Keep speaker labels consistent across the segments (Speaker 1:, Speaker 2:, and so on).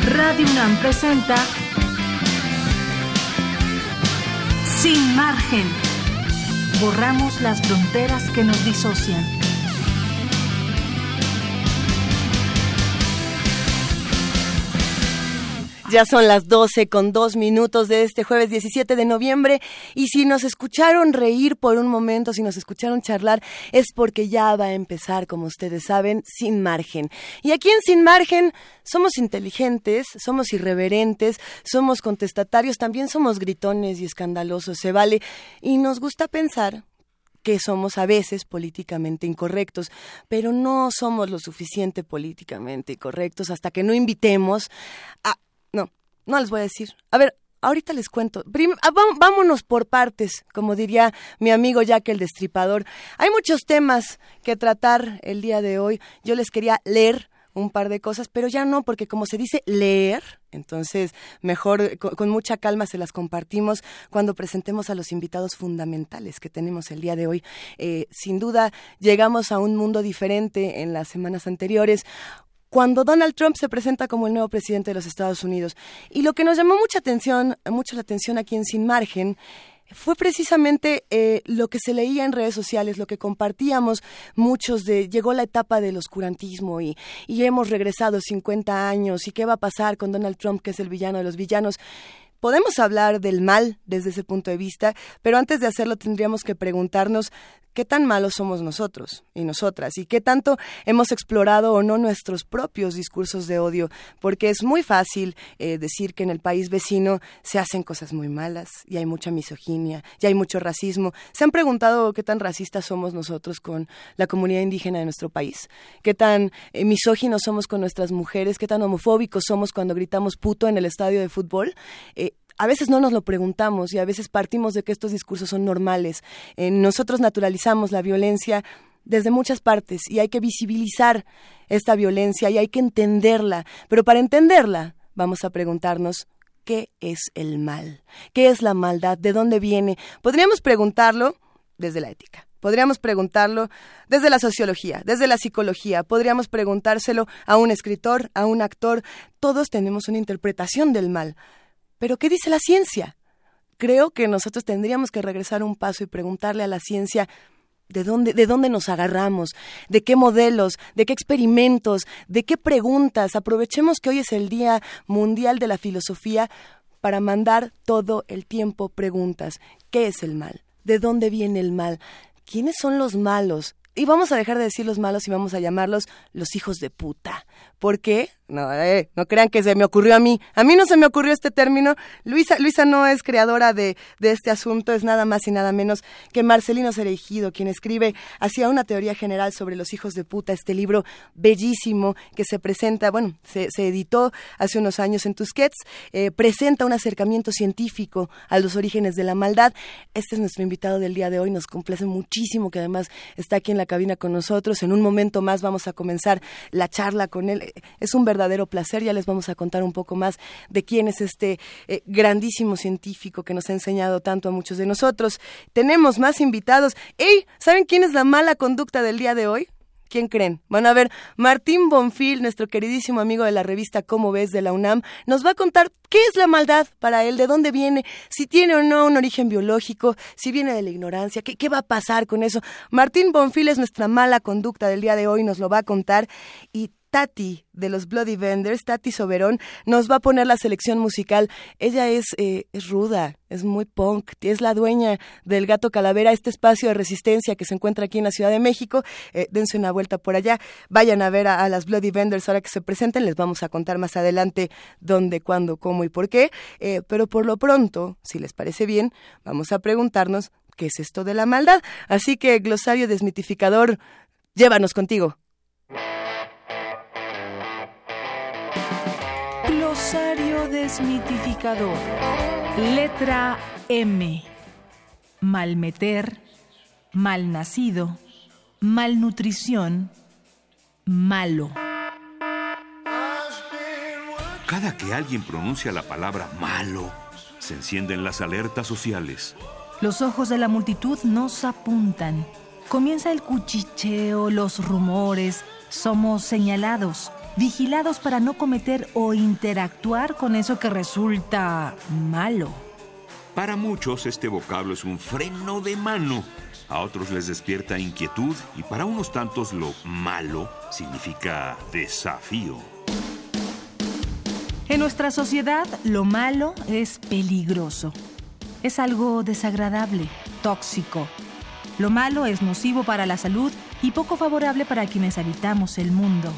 Speaker 1: Radio UNAM presenta Sin Margen. Borramos las fronteras que nos disocian.
Speaker 2: Ya son las 12:02 de este jueves 17 de noviembre y si nos escucharon reír por un momento, si nos escucharon charlar, es porque ya va a empezar, como ustedes saben, Sin Margen. Y aquí en Sin Margen somos inteligentes, somos irreverentes, somos contestatarios, también somos gritones y escandalosos, se vale, y nos gusta pensar que somos a veces políticamente incorrectos, pero no somos lo suficiente políticamente correctos hasta que no invitemos a... No les voy a decir. A ver, ahorita les cuento. Vámonos por partes, como diría mi amigo Jack el Destripador. Hay muchos temas que tratar el día de hoy. Yo les quería leer un par de cosas, pero ya no, porque como se dice leer, entonces mejor con mucha calma se las compartimos cuando presentemos a los invitados fundamentales que tenemos el día de hoy. Sin duda, llegamos a un mundo diferente en las semanas anteriores, cuando Donald Trump se presenta como el nuevo presidente de los Estados Unidos. Y lo que nos llamó mucho la atención aquí en Sin Margen fue precisamente lo que se leía en redes sociales, lo que compartíamos muchos llegó la etapa del oscurantismo y hemos regresado 50 años, y qué va a pasar con Donald Trump, que es el villano de los villanos. Podemos hablar del mal desde ese punto de vista, pero antes de hacerlo tendríamos que preguntarnos qué tan malos somos nosotros y nosotras, y qué tanto hemos explorado o no nuestros propios discursos de odio, porque es muy fácil decir que en el país vecino se hacen cosas muy malas y hay mucha misoginia y hay mucho racismo. ¿Se han preguntado qué tan racistas somos nosotros con la comunidad indígena de nuestro país? ¿Qué tan misóginos somos con nuestras mujeres? ¿Qué tan homofóbicos somos cuando gritamos puto en el estadio de fútbol? A veces no nos lo preguntamos y a veces partimos de que estos discursos son normales. Nosotros naturalizamos la violencia desde muchas partes y hay que visibilizar esta violencia y hay que entenderla. Pero para entenderla vamos a preguntarnos ¿qué es el mal? ¿Qué es la maldad? ¿De dónde viene? Podríamos preguntarlo desde la ética. Podríamos preguntarlo desde la sociología, desde la psicología. Podríamos preguntárselo a un escritor, a un actor. Todos tenemos una interpretación del mal. ¿Pero qué dice la ciencia? Creo que nosotros tendríamos que regresar un paso y preguntarle a la ciencia de dónde nos agarramos, de qué modelos, de qué experimentos, de qué preguntas. Aprovechemos que hoy es el Día Mundial de la Filosofía para mandar todo el tiempo preguntas. ¿Qué es el mal? ¿De dónde viene el mal? ¿Quiénes son los malos? Y vamos a dejar de decir los malos y vamos a llamarlos los hijos de puta. ¿Por qué? No crean que se me ocurrió a mí. A mí no se me ocurrió este término. Luisa no es creadora de este asunto, es nada más y nada menos que Marcelino Cereijido, quien escribe hacia una teoría general sobre los hijos de puta, este libro bellísimo que se presenta, se editó hace unos años en Tusquets, presenta un acercamiento científico a los orígenes de la maldad. Este es nuestro invitado del día de hoy, nos complace muchísimo que además está aquí en la cabina con nosotros. En un momento más vamos a comenzar la charla con él. Es un verdadero placer, ya les vamos a contar un poco más de quién es este grandísimo científico que nos ha enseñado tanto a muchos de nosotros. Tenemos más invitados. ¡Ey! ¿Saben quién es la mala conducta del día de hoy? ¿Quién creen? Van a ver, Martín Bonfil, nuestro queridísimo amigo de la revista Cómo Ves de la UNAM, nos va a contar qué es la maldad para él, de dónde viene, si tiene o no un origen biológico, si viene de la ignorancia, qué va a pasar con eso. Martín Bonfil es nuestra mala conducta del día de hoy, nos lo va a contar. Y Tati, de los Bloody Vendors, Tati Soberón, nos va a poner la selección musical. Ella es ruda, es muy punk, es la dueña del Gato Calavera, este espacio de resistencia que se encuentra aquí en la Ciudad de México. Dense una vuelta por allá, vayan a ver a las Bloody Vendors ahora que se presenten, les vamos a contar más adelante dónde, cuándo, cómo y por qué. Pero por lo pronto, si les parece bien, vamos a preguntarnos qué es esto de la maldad. Así que, glosario desmitificador, llévanos contigo.
Speaker 1: Glosario desmitificador. Letra M. Malmeter, malnacido, malnutrición, malo.
Speaker 3: Cada que alguien pronuncia la palabra malo, se encienden las alertas sociales.
Speaker 1: Los ojos de la multitud nos apuntan. Comienza el cuchicheo, los rumores. Somos señalados. vigilados para no cometer o interactuar con eso que resulta malo.
Speaker 3: Para muchos este vocablo es un freno de mano. A otros les despierta inquietud y para unos tantos lo malo significa desafío.
Speaker 1: En nuestra sociedad, lo malo es peligroso. Es algo desagradable, tóxico. Lo malo es nocivo para la salud y poco favorable para quienes habitamos el mundo.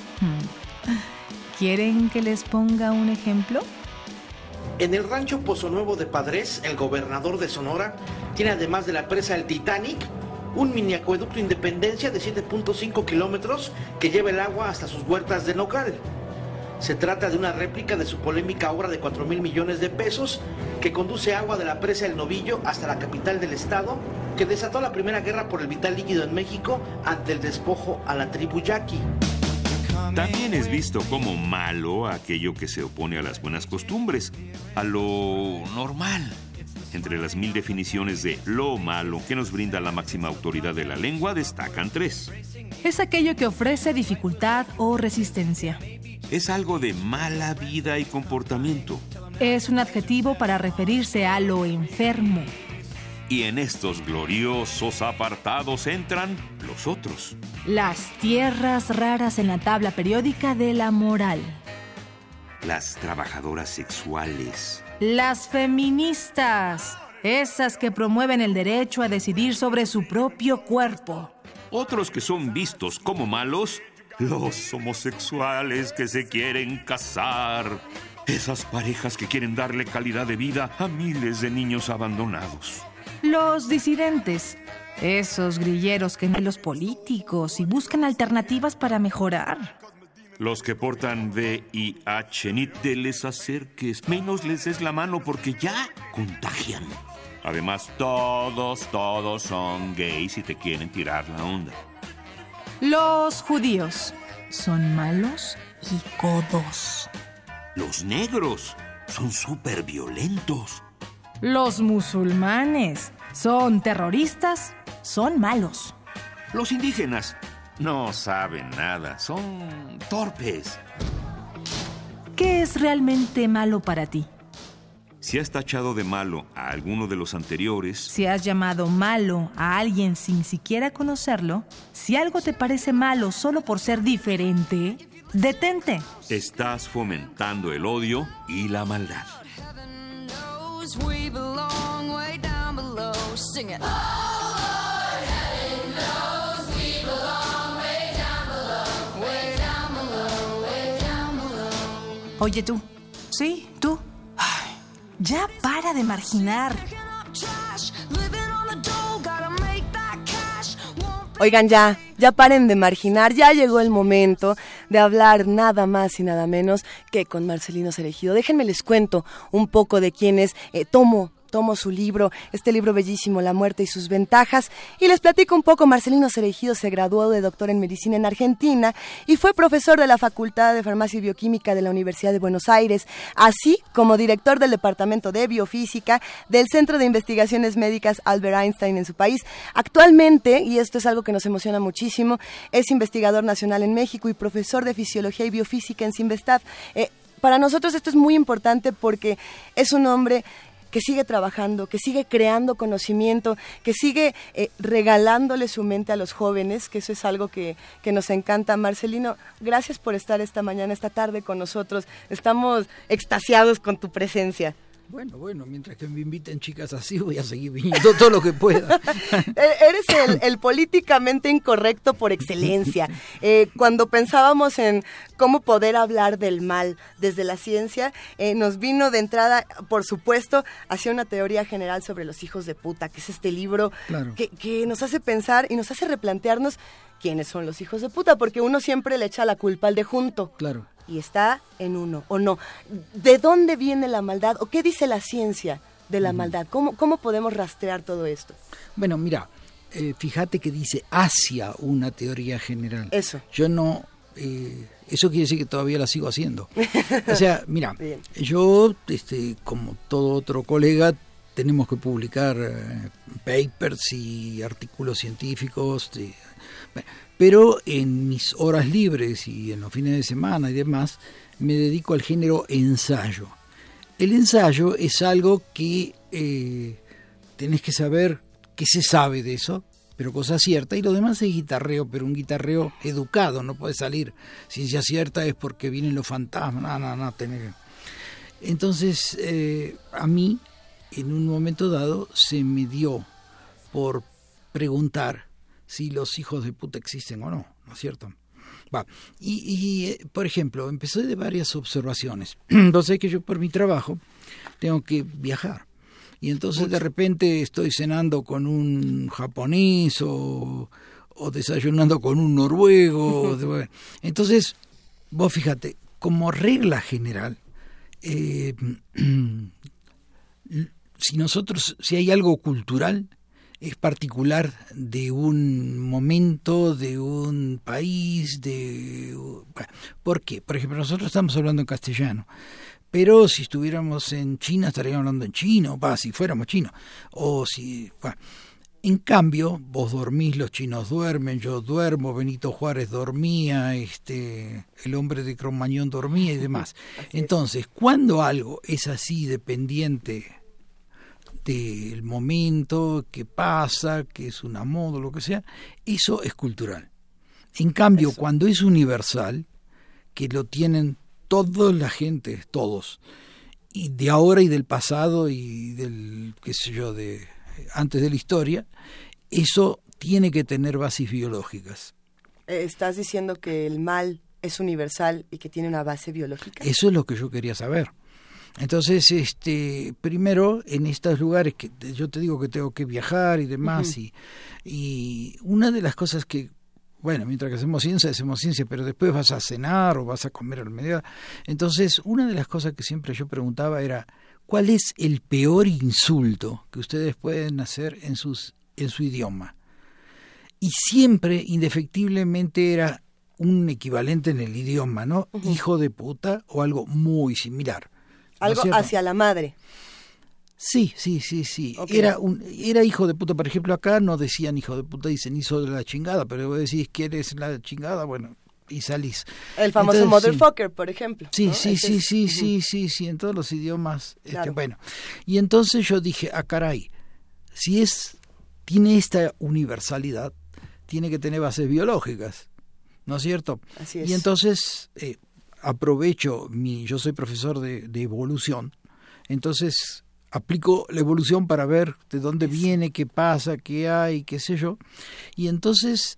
Speaker 1: ¿Quieren que les ponga un ejemplo?
Speaker 4: En el rancho Pozo Nuevo de Padres, el gobernador de Sonora tiene, además de la presa El Titanic, un mini acueducto Independencia de 7.5 kilómetros que lleva el agua hasta sus huertas de nogal. Se trata de una réplica de su polémica obra de 4,000 millones de pesos que conduce agua de la presa El Novillo hasta la capital del estado, que desató la primera guerra por el vital líquido en México ante el despojo a la tribu yaqui.
Speaker 3: También es visto como malo aquello que se opone a las buenas costumbres, a lo normal. Entre las 1000 definiciones de lo malo que nos brinda la máxima autoridad de la lengua, destacan 3.
Speaker 1: Es aquello que ofrece dificultad o resistencia.
Speaker 3: Es algo de mala vida y comportamiento.
Speaker 1: Es un adjetivo para referirse a lo enfermo.
Speaker 3: Y en estos gloriosos apartados entran los otros.
Speaker 1: Las tierras raras en la tabla periódica de la moral.
Speaker 3: Las trabajadoras sexuales.
Speaker 1: Las feministas, esas que promueven el derecho a decidir sobre su propio cuerpo.
Speaker 3: Otros que son vistos como malos, los homosexuales que se quieren casar. Esas parejas que quieren darle calidad de vida a miles de niños abandonados.
Speaker 1: Los disidentes, esos grilleros que no los políticos y buscan alternativas para mejorar.
Speaker 3: Los que portan VIH, ni te les acerques, menos les des la mano porque ya contagian. Además, todos son gays y te quieren tirar la onda.
Speaker 1: Los judíos son malos y codos.
Speaker 3: Los negros son súper violentos.
Speaker 1: Los musulmanes son terroristas, son malos.
Speaker 3: Los indígenas no saben nada, son torpes.
Speaker 1: ¿Qué es realmente malo para ti?
Speaker 3: Si has tachado de malo a alguno de los anteriores,
Speaker 1: Si has llamado malo a alguien sin siquiera conocerlo, si algo te parece malo solo por ser diferente, detente.
Speaker 3: estás fomentando el odio y la maldad.
Speaker 5: We belong way down below. Sing it.
Speaker 1: Oye tú. Sí, tú. Ay, ya para de marginar.
Speaker 2: Oigan, ya paren de marginar, ya llegó el momento de hablar nada más y nada menos que con Marcelino Cereijido. Déjenme les cuento un poco de quién es Tomo su libro, este libro bellísimo, La muerte y sus ventajas, y les platico un poco. Marcelino Cereijido se graduó de doctor en medicina en Argentina y fue profesor de la Facultad de Farmacia y Bioquímica de la Universidad de Buenos Aires, así como director del Departamento de Biofísica del Centro de Investigaciones Médicas Albert Einstein en su país. Actualmente, y esto es algo que nos emociona muchísimo, es investigador nacional en México y profesor de Fisiología y Biofísica en Cinvestav. Para nosotros esto es muy importante porque es un hombre que sigue trabajando, que sigue creando conocimiento, que sigue regalándole su mente a los jóvenes, que eso es algo que nos encanta. Marcelino, gracias por estar esta mañana, esta tarde con nosotros. Estamos extasiados con tu presencia.
Speaker 6: Bueno, mientras que me inviten chicas así, voy a seguir viniendo todo lo que pueda.
Speaker 2: Eres el políticamente incorrecto por excelencia. Cuando pensábamos en cómo poder hablar del mal desde la ciencia, nos vino de entrada, por supuesto, hacia una teoría general sobre los hijos de puta, que es este libro
Speaker 6: Claro.
Speaker 2: que nos hace pensar y nos hace replantearnos quiénes son los hijos de puta, porque uno siempre le echa la culpa al de junto.
Speaker 6: Claro.
Speaker 2: Y está en uno, ¿o no? ¿De dónde viene la maldad? ¿O qué dice la ciencia de la maldad? ¿Cómo podemos rastrear todo esto?
Speaker 6: Bueno, mira, fíjate que dice hacia una teoría general.
Speaker 2: Eso.
Speaker 6: Yo no... eso quiere decir que todavía la sigo haciendo. O sea, mira,
Speaker 2: Bien.
Speaker 6: yo, como todo otro colega, tenemos que publicar papers y artículos científicos, pero en mis horas libres y en los fines de semana y demás, me dedico al género ensayo. El ensayo es algo que tenés que saber qué se sabe de eso, pero cosa cierta, y lo demás es guitarreo, pero un guitarreo educado, no puede salir ciencia cierta es porque vienen los fantasmas, no, tenés. Entonces, a mí, en un momento dado, se me dio por preguntar si los hijos de puta existen o no, ¿no es cierto? Y por ejemplo, empecé de varias observaciones. Entonces, que yo por mi trabajo tengo que viajar. Y entonces de repente estoy cenando con un japonés o desayunando con un noruego. Entonces, vos fíjate, como regla general, si hay algo cultural, es particular de un momento, de un país, ¿por qué? Por ejemplo, nosotros estamos hablando en castellano, pero si estuviéramos en China estaríamos hablando en chino, si fuéramos chinos, en cambio, vos dormís, los chinos duermen, yo duermo, Benito Juárez dormía, el hombre de Cromañón dormía y demás. Entonces, cuando algo es así dependiente del momento, que pasa, que es una moda, lo que sea, eso es cultural. En cambio, cuando es universal, que lo tienen toda la gente, todos, y de ahora y del pasado y del, de antes de la historia, eso tiene que tener bases biológicas.
Speaker 2: ¿Estás diciendo que el mal es universal y que tiene una base biológica?
Speaker 6: Eso es lo que yo quería saber. Entonces, primero, en estos lugares que yo te digo que tengo que viajar y demás, y una de las cosas que, bueno, mientras que hacemos ciencia, pero después vas a cenar o vas a comer al mediodía. Entonces, una de las cosas que siempre yo preguntaba era, ¿cuál es el peor insulto que ustedes pueden hacer en su idioma? Y siempre, indefectiblemente, era un equivalente en el idioma, ¿no? Hijo de puta o algo muy similar.
Speaker 2: Algo hacia la madre.
Speaker 6: Sí. Okay. Era hijo de puta. Por ejemplo, acá no decían hijo de puta, dicen hijo de la chingada, pero vos decís que eres la chingada, bueno, y salís.
Speaker 2: El famoso motherfucker, por ejemplo.
Speaker 6: Sí,
Speaker 2: ¿no?
Speaker 6: Sí, en todos los idiomas. Claro. Bueno, y entonces yo dije, caray, si tiene esta universalidad, tiene que tener bases biológicas, ¿no es cierto?
Speaker 2: Así es.
Speaker 6: Y entonces aprovecho yo soy profesor de evolución, entonces aplico la evolución para ver de dónde viene, qué pasa, qué hay, qué sé yo, y entonces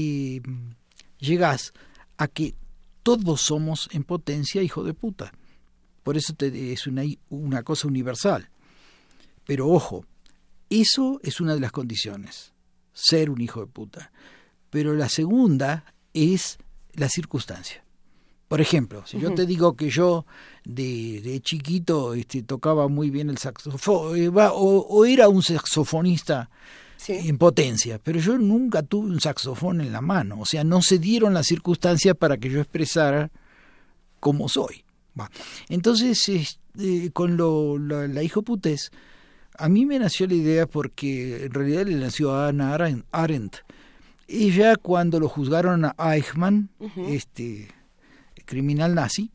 Speaker 6: llegás a que todos somos en potencia hijo de puta. Por eso es una cosa universal. Pero ojo, eso es una de las condiciones, ser un hijo de puta. Pero la segunda es la circunstancia. Por ejemplo, si yo te digo que yo de chiquito tocaba muy bien el saxofón, o era un saxofonista en potencia, pero yo nunca tuve un saxofón en la mano, o sea, no se dieron las circunstancias para que yo expresara cómo soy. Entonces, con la hijoputez, a mí me nació la idea porque en realidad le nació a Hannah Arendt. Ella, cuando lo juzgaron a Eichmann, criminal nazi,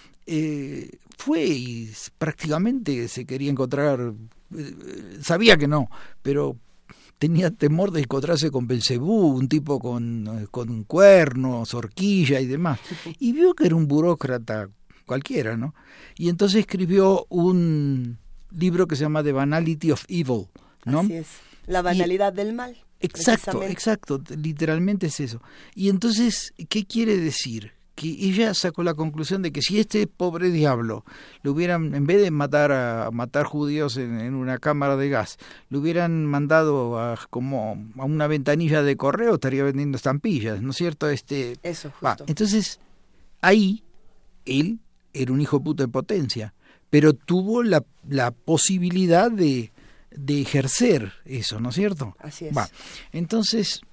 Speaker 6: fue y prácticamente se quería encontrar, sabía que no, pero tenía temor de encontrarse con Belcebú, un tipo con cuernos, horquilla y demás, y vio que era un burócrata cualquiera, ¿no? Y entonces escribió un libro que se llama The Banality of Evil, ¿no?
Speaker 2: Así es, la banalidad del mal.
Speaker 6: Exacto, literalmente es eso. Y entonces, ¿qué quiere decir? Que ella sacó la conclusión de que si este pobre diablo lo hubieran, en vez de matar judíos en una cámara de gas, lo hubieran mandado a una ventanilla de correo, estaría vendiendo estampillas, ¿no es cierto?
Speaker 2: Eso, justo.
Speaker 6: Entonces, ahí, él era un hijo de puta en potencia, pero tuvo la posibilidad de ejercer eso, ¿no es cierto?
Speaker 2: Así es.
Speaker 6: Entonces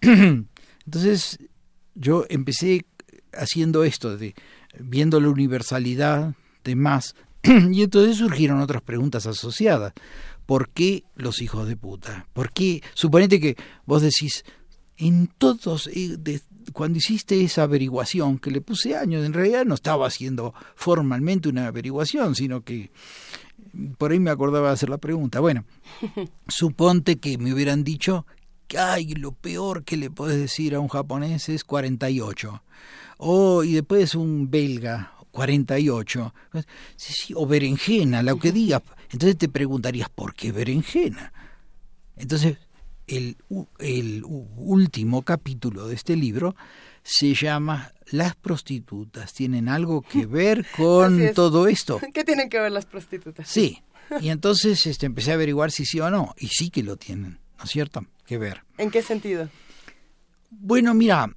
Speaker 6: yo empecé haciendo esto, viendo la universalidad de más, y entonces surgieron otras preguntas asociadas. ¿por qué los hijos de puta? ¿Por qué? Suponete que vos decís, en todos, cuando hiciste esa averiguación, que le puse años, en realidad no estaba haciendo formalmente una averiguación, sino que por ahí me acordaba de hacer la pregunta. Bueno, suponte que me hubieran dicho que ay, lo peor que le podés decir a un japonés es 48. Y después un belga, 48. Sí, o berenjena, lo que digas. Entonces te preguntarías, ¿por qué berenjena? Entonces, el último capítulo de este libro se llama Las prostitutas. ¿Tienen algo que ver con todo esto?
Speaker 2: ¿Qué tienen que ver las prostitutas?
Speaker 6: Sí, y entonces empecé a averiguar si sí o no, y sí que lo tienen, ¿no es cierto? Que ver.
Speaker 2: ¿En qué sentido?
Speaker 6: Bueno, mira,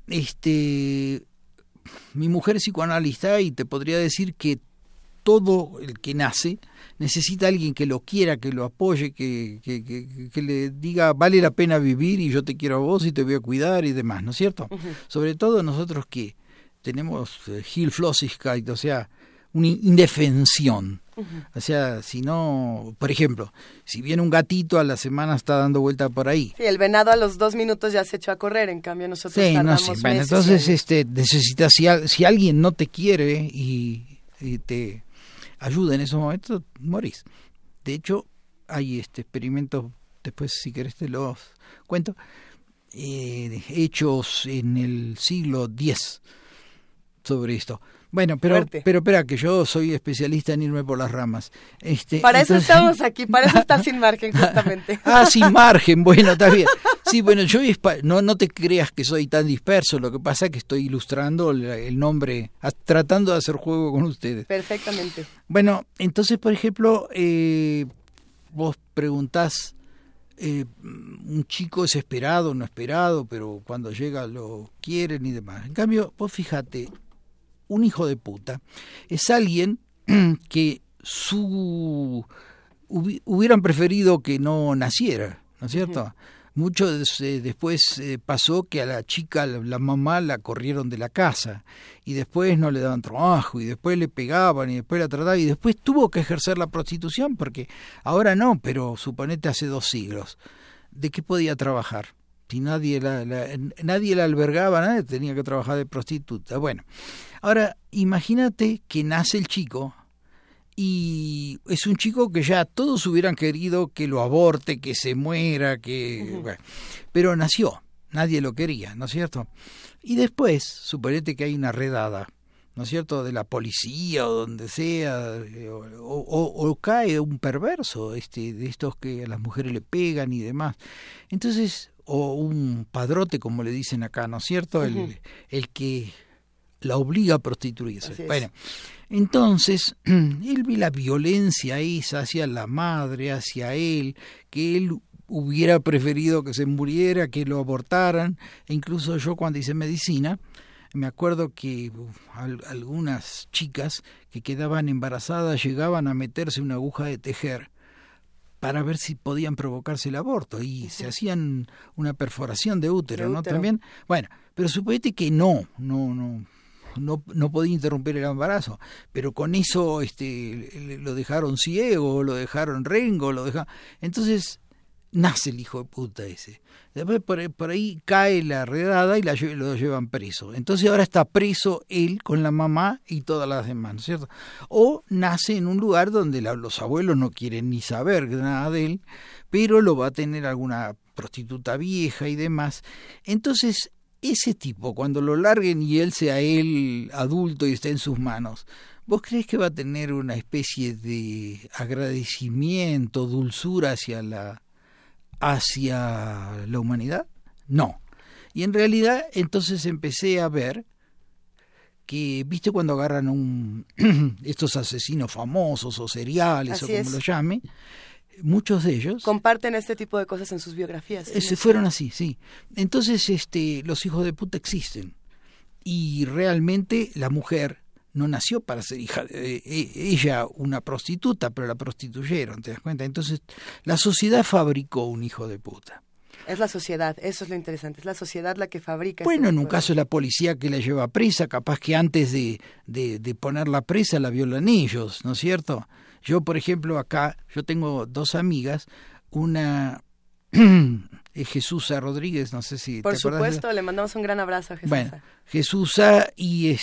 Speaker 6: mi mujer es psicoanalista y te podría decir que todo el que nace necesita a alguien que lo quiera, que lo apoye, que le diga vale la pena vivir y yo te quiero a vos y te voy a cuidar y demás, ¿no es cierto? Uh-huh. Sobre todo nosotros que tenemos Hilflosigkeit, o sea, una indefensión. Uh-huh. O sea, si no, por ejemplo, si viene un gatito a la semana está dando vuelta por ahí.
Speaker 2: Sí, el venado a los 2 minutos ya se echó a correr, en cambio nosotros tardamos meses.
Speaker 6: Bueno, entonces necesitas, si alguien no te quiere y te ayuda en esos momentos, morís. De hecho, hay experimentos, después si querés te los cuento, hechos en el siglo X sobre esto. Bueno, pero espera, que yo soy especialista en irme por las ramas.
Speaker 2: Para eso estamos aquí, para eso está Sin Margen, justamente.
Speaker 6: Sin Margen, bueno, está bien. Sí, bueno, yo no te creas que soy tan disperso, lo que pasa es que estoy ilustrando el nombre, tratando de hacer juego con ustedes.
Speaker 2: Perfectamente.
Speaker 6: Bueno, entonces, por ejemplo, vos preguntás, un chico es esperado o no esperado, pero cuando llega lo quieren y demás. En cambio, vos fíjate, un hijo de puta es alguien que hubieran preferido que no naciera, ¿no es cierto? Uh-huh. Mucho después pasó que a la chica, la mamá la corrieron de la casa y después no le daban trabajo y después le pegaban y después la trataban y después tuvo que ejercer la prostitución porque ahora no, pero suponete hace 2 siglos. ¿De qué podía trabajar? Si nadie la albergaba, nadie tenía que trabajar de prostituta. Bueno, ahora imagínate que nace el chico y es un chico que ya todos hubieran querido que lo aborte, que se muera, bueno, pero nació, nadie lo quería, ¿no es cierto? Y después, suponete que hay una redada, ¿no es cierto?, de la policía o donde sea, o cae un perverso, de estos que a las mujeres le pegan y demás. Entonces, o un padrote, como le dicen acá, ¿no es cierto?, uh-huh. el que la obliga a prostituirse. Bueno, entonces, él ve la violencia esa hacia la madre, hacia él, que él hubiera preferido que se muriera, que lo abortaran, e incluso yo cuando hice medicina, me acuerdo que algunas chicas que quedaban embarazadas llegaban a meterse una aguja de tejer para ver si podían provocarse el aborto y se hacían una perforación de útero, ¿no? También, bueno, pero suponete que no podía interrumpir el embarazo, pero con eso lo dejaron ciego, lo dejaron rengo, entonces nace el hijo de puta ese. Después por ahí cae la redada y lo llevan preso. Entonces ahora está preso él con la mamá y todas las demás, ¿no es cierto? O nace en un lugar donde los abuelos no quieren ni saber nada de él, pero lo va a tener alguna prostituta vieja y demás. Entonces ese tipo, cuando lo larguen y él sea él adulto y esté en sus manos, ¿vos creés que va a tener una especie de agradecimiento, dulzura hacia la humanidad? No. Y en realidad entonces empecé a ver que, ¿viste cuando agarran estos asesinos famosos o seriales o como lo llame? Muchos de ellos
Speaker 2: comparten este tipo de cosas en sus biografías.
Speaker 6: Fueron así, sí. Entonces los hijos de puta existen. Y realmente la mujer no nació para ser hija de ella, una prostituta, pero la prostituyeron, ¿te das cuenta? Entonces la sociedad fabricó un hijo de puta.
Speaker 2: Es la sociedad, eso es lo interesante, es la sociedad la que fabrica.
Speaker 6: Bueno, en un caso es la policía que la lleva presa, capaz que antes de ponerla presa la violan ellos, ¿no es cierto? Yo, por ejemplo, acá, yo tengo 2 amigas, una es Jesusa Rodríguez, no sé si
Speaker 2: por
Speaker 6: te acuerdas.
Speaker 2: Por supuesto, le mandamos un gran abrazo a Jesusa.
Speaker 6: Bueno, Jesusa y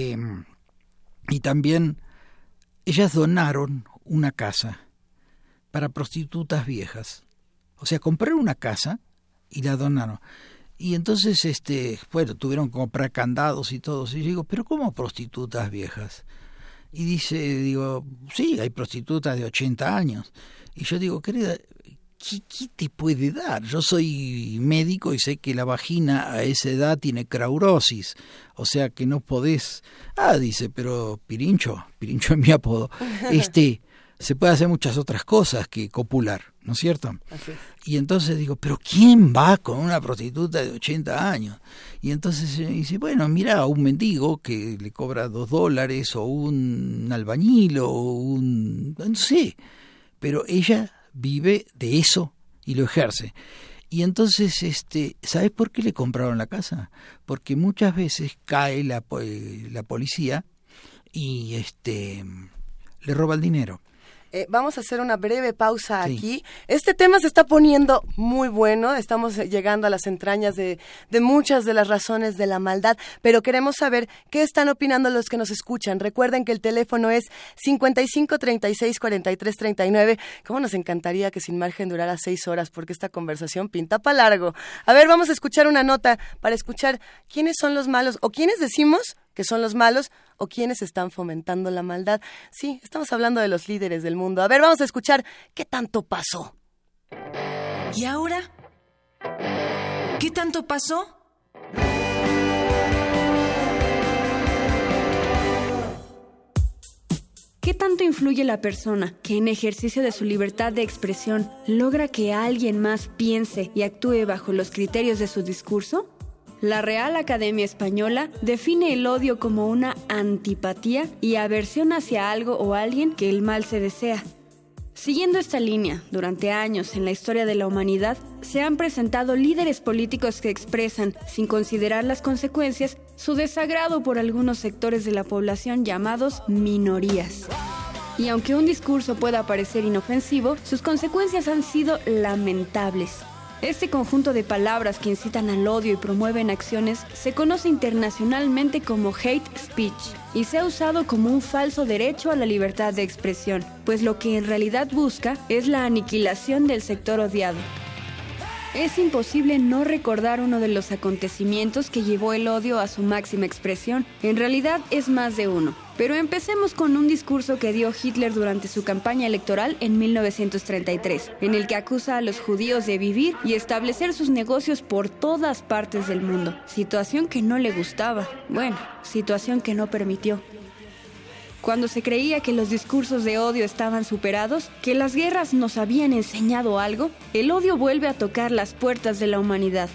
Speaker 6: también ellas donaron una casa para prostitutas viejas. O sea, compraron una casa y la donaron. Y entonces, tuvieron que comprar candados y todo. Y yo digo, ¿pero cómo prostitutas viejas? Y digo, sí, hay prostitutas de 80 años. Y yo digo, querida, ¿qué te puede dar? Yo soy médico y sé que la vagina a esa edad tiene craurosis, o sea que no podés... dice, pero Pirincho es mi apodo, se puede hacer muchas otras cosas que copular, ¿no es cierto?
Speaker 2: Así es.
Speaker 6: Y entonces digo, ¿pero quién va con una prostituta de 80 años? Y entonces dice, bueno, mira, a un mendigo que le cobra $2, o un albañil, o no sé, pero ella vive de eso y lo ejerce. Y entonces, ¿sabes por qué le compraron la casa? Porque muchas veces cae la policía y le roba el dinero.
Speaker 2: Vamos a hacer una breve pausa
Speaker 6: sí.
Speaker 2: Aquí. Este tema se está poniendo muy bueno. Estamos llegando a las entrañas de muchas de las razones de la maldad, pero queremos saber qué están opinando los que nos escuchan. Recuerden que el teléfono es 55 36 43 39. ¿Cómo nos encantaría que Sin Margen durara 6 horas? Porque esta conversación pinta para largo. A ver, vamos a escuchar una nota para escuchar quiénes son los malos o quiénes decimos que son los malos o quienes están fomentando la maldad. Sí, estamos hablando de los líderes del mundo. A ver, vamos a escuchar qué tanto pasó.
Speaker 1: ¿Y ahora? ¿Qué tanto pasó?
Speaker 7: ¿Qué tanto influye la persona que en ejercicio de su libertad de expresión logra que alguien más piense y actúe bajo los criterios de su discurso? La Real Academia Española define el odio como una antipatía y aversión hacia algo o alguien que el mal se desea. Siguiendo esta línea, durante años en la historia de la humanidad se han presentado líderes políticos que expresan, sin considerar las consecuencias, su desagrado por algunos sectores de la población llamados minorías. Y aunque un discurso pueda parecer inofensivo, sus consecuencias han sido lamentables. Este conjunto de palabras que incitan al odio y promueven acciones se conoce internacionalmente como hate speech y se ha usado como un falso derecho a la libertad de expresión, pues lo que en realidad busca es la aniquilación del sector odiado. Es imposible no recordar uno de los acontecimientos que llevó el odio a su máxima expresión. En realidad es más de uno. Pero empecemos con un discurso que dio Hitler durante su campaña electoral en 1933, en el que acusa a los judíos de vivir y establecer sus negocios por todas partes del mundo. Situación que no le gustaba. Bueno, situación que no permitió. Cuando se creía que los discursos de odio estaban superados, que las guerras nos habían enseñado algo, el odio vuelve a tocar las puertas de la humanidad.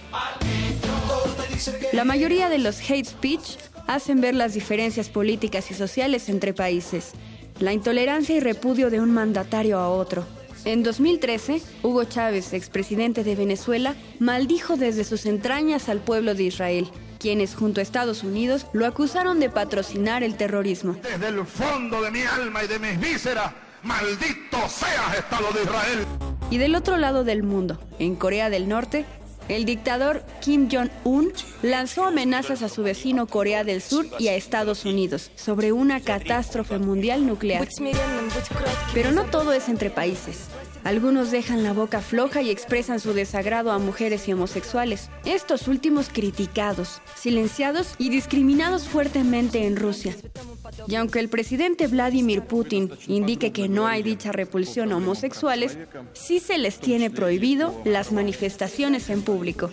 Speaker 7: La mayoría de los hate speech hacen ver las diferencias políticas y sociales entre países, la intolerancia y repudio de un mandatario a otro. En 2013, Hugo Chávez, expresidente de Venezuela, maldijo desde sus entrañas al pueblo de Israel, quienes junto a Estados Unidos lo acusaron de patrocinar el terrorismo.
Speaker 8: Desde el fondo de mi alma y de mis vísceras, maldito seas, Estado de Israel.
Speaker 7: Y del otro lado del mundo, en Corea del Norte, el dictador Kim Jong-un lanzó amenazas a su vecino Corea del Sur y a Estados Unidos sobre una catástrofe mundial nuclear. Pero no todo es entre países. Algunos dejan la boca floja y expresan su desagrado a mujeres y homosexuales. Estos últimos criticados, silenciados y discriminados fuertemente en Rusia. Y aunque el presidente Vladimir Putin indique que no hay dicha repulsión a homosexuales, sí se les tiene prohibido las manifestaciones en público.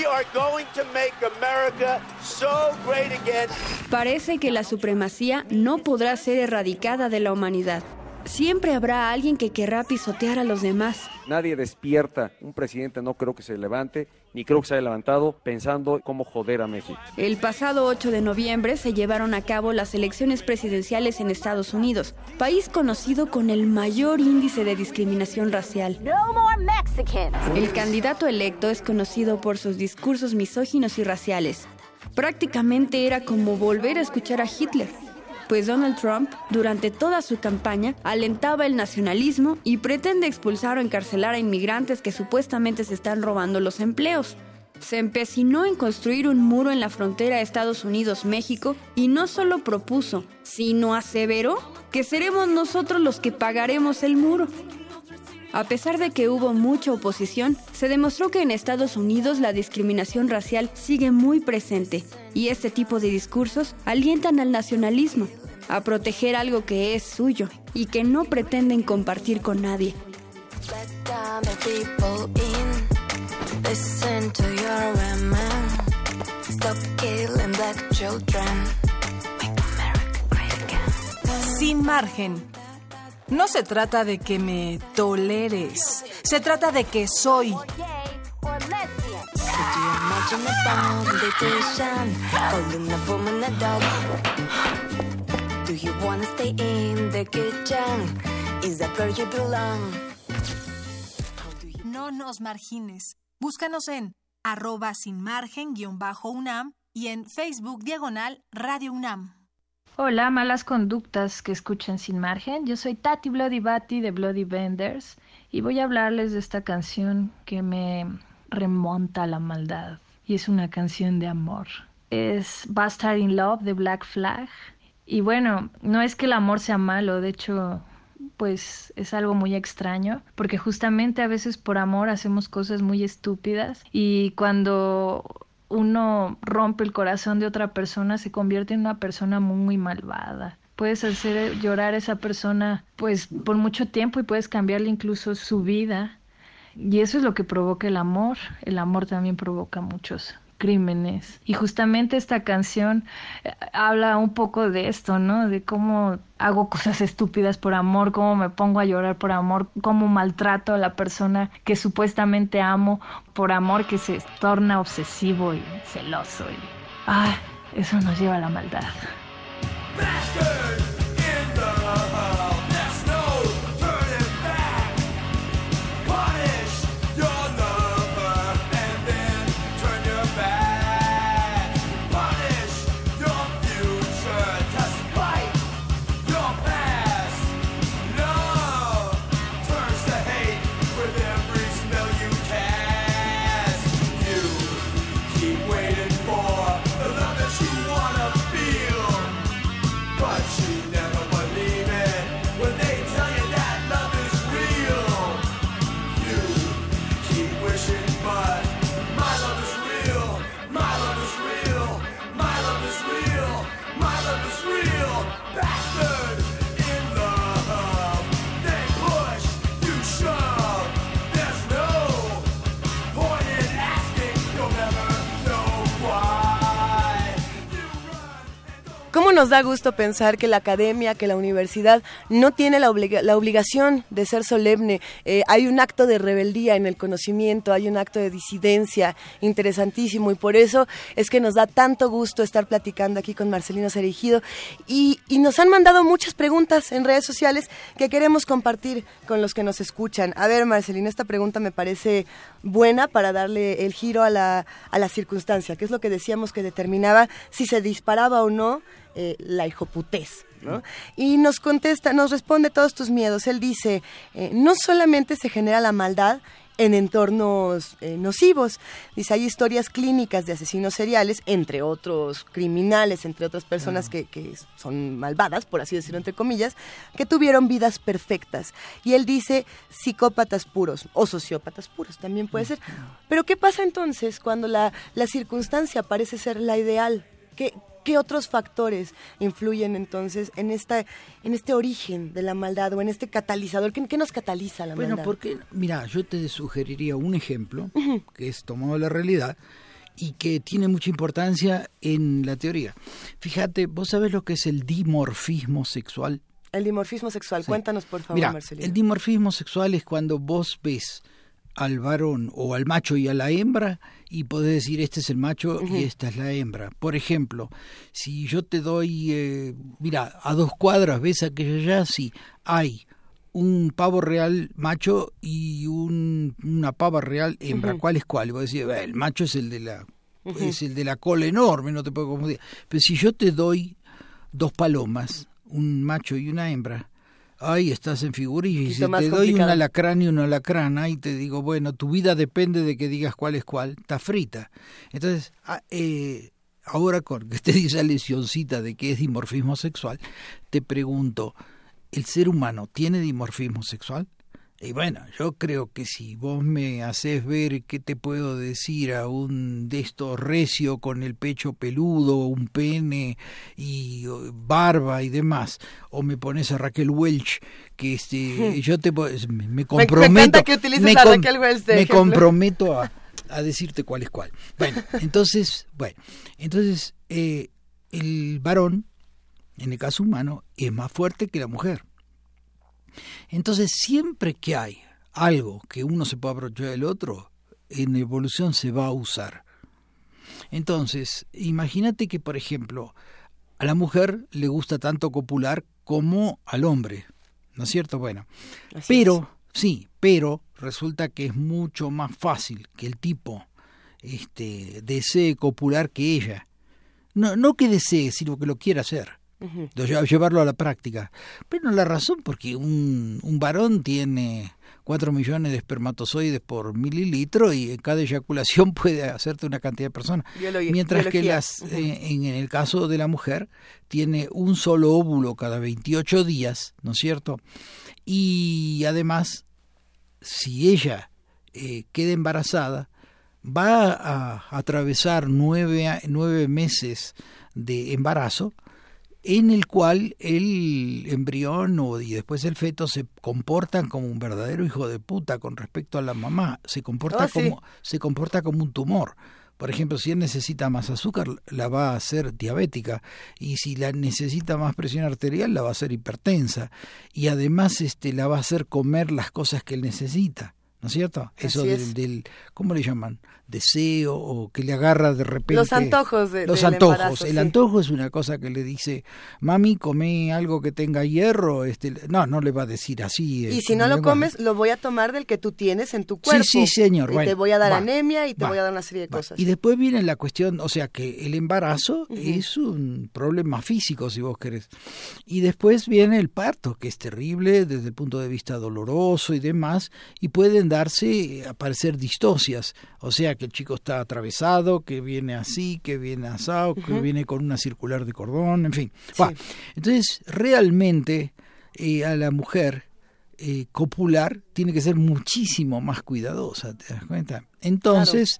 Speaker 7: Parece que la supremacía no podrá ser erradicada de la humanidad. Siempre habrá alguien que querrá pisotear a los demás.
Speaker 9: Nadie despierta, un presidente no creo que se levante, ni creo que se haya levantado pensando cómo joder a México.
Speaker 7: El pasado 8 de noviembre se llevaron a cabo las elecciones presidenciales en Estados Unidos, país conocido con el mayor índice de discriminación racial. El candidato electo es conocido por sus discursos misóginos y raciales. Prácticamente era como volver a escuchar a Hitler. pues Donald Trump, durante toda su campaña, alentaba el nacionalismo y pretende expulsar o encarcelar a inmigrantes que supuestamente se están robando los empleos. Se empecinó en construir un muro en la frontera de Estados Unidos-México y no solo propuso, sino aseveró que seremos nosotros los que pagaremos el muro. A pesar de que hubo mucha oposición, se demostró que en Estados Unidos la discriminación racial sigue muy presente y este tipo de discursos alientan al nacionalismo, a proteger algo que es suyo y que no pretenden compartir con nadie.
Speaker 5: Listen to your women. Stop killing black children. Make America great again.
Speaker 1: Sin margen. No se trata de que me toleres. Se trata de que soy.
Speaker 5: Could you imagine a competition? Calling a woman a dog. Do you wanna stay in the kitchen? Is that where you belong?
Speaker 1: No nos margines. Búscanos en @sinmargen_UNAM y en Facebook /Radio UNAM.
Speaker 10: Hola, malas conductas que escuchen Sin Margen. Yo soy Tati Bloody Batty de Bloody Benders y voy a hablarles de esta canción que me remonta a la maldad. Y es una canción de amor. Es Bastard in Love de Black Flag. Y bueno, no es que el amor sea malo, de hecho, pues es algo muy extraño, porque justamente a veces por amor hacemos cosas muy estúpidas y cuando uno rompe el corazón de otra persona se convierte en una persona muy, muy malvada. Puedes hacer llorar a esa persona pues por mucho tiempo y puedes cambiarle incluso su vida, y eso es lo que provoca el amor. El amor también provoca muchos crímenes. Y justamente esta canción habla un poco de esto, ¿no? De cómo hago cosas estúpidas por amor, cómo me pongo a llorar por amor, cómo maltrato a la persona que supuestamente amo por amor, que se torna obsesivo y celoso. Y eso nos lleva a la maldad.
Speaker 2: ¿Cómo nos da gusto pensar que la academia, que la universidad no tiene la obligación de ser solemne? Hay un acto de rebeldía en el conocimiento, hay un acto de disidencia interesantísimo, y por eso es que nos da tanto gusto estar platicando aquí con Marcelino Cereijido, y nos han mandado muchas preguntas en redes sociales que queremos compartir con los que nos escuchan. A ver, Marcelino, esta pregunta me parece buena para darle el giro a la circunstancia, que es lo que decíamos que determinaba si se disparaba o no la hijoputez, ¿no? Y nos responde todos tus miedos. Él dice, no solamente se genera la maldad en entornos nocivos. Dice, hay historias clínicas de asesinos seriales, entre otros criminales, entre otras personas que son malvadas, por así decirlo, entre comillas, que tuvieron vidas perfectas. Y él dice, psicópatas puros o sociópatas puros, también puede ser. Pero ¿qué pasa entonces cuando la circunstancia parece ser la ideal? ¿Qué otros factores influyen entonces en este origen de la maldad o en este catalizador? ¿Qué nos cataliza la maldad?
Speaker 6: Bueno, porque, mira, yo te sugeriría un ejemplo que es tomado de la realidad y que tiene mucha importancia en la teoría. Fíjate, ¿vos sabés lo que es el dimorfismo sexual?
Speaker 2: El dimorfismo sexual, sí. Cuéntanos por favor,
Speaker 6: Mira,
Speaker 2: Marcelino.
Speaker 6: El dimorfismo sexual es cuando vos ves al varón o al macho y a la hembra y podés decir este es el macho y esta es la hembra. Por ejemplo, si yo te doy, mira, a 2 cuadras ves aquella allá, sí, hay un pavo real macho y una pava real hembra. ¿Cuál es cuál? Y vos decís, el macho es el de la cola enorme, no te puedo confundir. Pero si yo te doy 2 palomas, un macho y una hembra, ay, estás en figurilla, y si te doy
Speaker 2: complicado.
Speaker 6: un alacrán y una alacrana y te digo, bueno, tu vida depende de que digas cuál es cuál, está frita. Entonces, ahora con que te dice la lesioncita de que es dimorfismo sexual, te pregunto, ¿el ser humano tiene dimorfismo sexual? Y bueno, yo creo que si vos me haces ver qué te puedo decir a un de estos recio con el pecho peludo, un pene y barba y demás, o me pones a Raquel Welch, que yo me comprometo.
Speaker 2: Me encanta que utilices a Raquel Welch de ejemplo.
Speaker 6: Comprometo a decirte cuál es cuál. Bueno, entonces el varón, en el caso humano, es más fuerte que la mujer. Entonces, siempre que hay algo que uno se pueda aprovechar del otro, en evolución se va a usar. Entonces, imagínate que, por ejemplo, a la mujer le gusta tanto copular como al hombre, ¿no es cierto? Bueno, pero resulta que es mucho más fácil que el tipo desee copular que ella. No que desee, sino que lo quiera hacer. Llevarlo a la práctica. Pero la razón, porque un varón tiene 4 millones de espermatozoides por mililitro y en cada eyaculación puede hacerte una cantidad de personas. Mientras que en el caso de la mujer tiene un solo óvulo cada 28 días, ¿no es cierto? Y además, si ella queda embarazada, va a atravesar 9 meses de embarazo, en el cual el embrión y después el feto se comportan como un verdadero hijo de puta con respecto a la mamá, se comporta como un tumor. Por ejemplo, si él necesita más azúcar, la va a hacer diabética, y si la necesita más presión arterial, la va a hacer hipertensa, y además la va a hacer comer las cosas que él necesita, ¿no es cierto? Eso del ¿cómo le llaman? Deseo, o que le agarra de repente.
Speaker 2: Los antojos
Speaker 6: Los
Speaker 2: del
Speaker 6: antojos.
Speaker 2: embarazo,
Speaker 6: El antojo es una cosa que le dice, mami, come algo que tenga hierro. No le va a decir así.
Speaker 2: Y si no lo comes, lo voy a tomar del que tú tienes en tu cuerpo.
Speaker 6: Sí, señor.
Speaker 2: Y te voy a dar anemia y te voy a dar una serie de cosas.
Speaker 6: Y después viene la cuestión, o sea que el embarazo es un problema físico, si vos querés. Y después viene el parto, que es terrible desde el punto de vista doloroso y demás, y pueden aparecer distocias. O sea que el chico está atravesado, que viene así, que viene asado, que viene con una circular de cordón, en fin. Sí. Entonces, realmente a la mujer copular tiene que ser muchísimo más cuidadosa, ¿te das cuenta? Entonces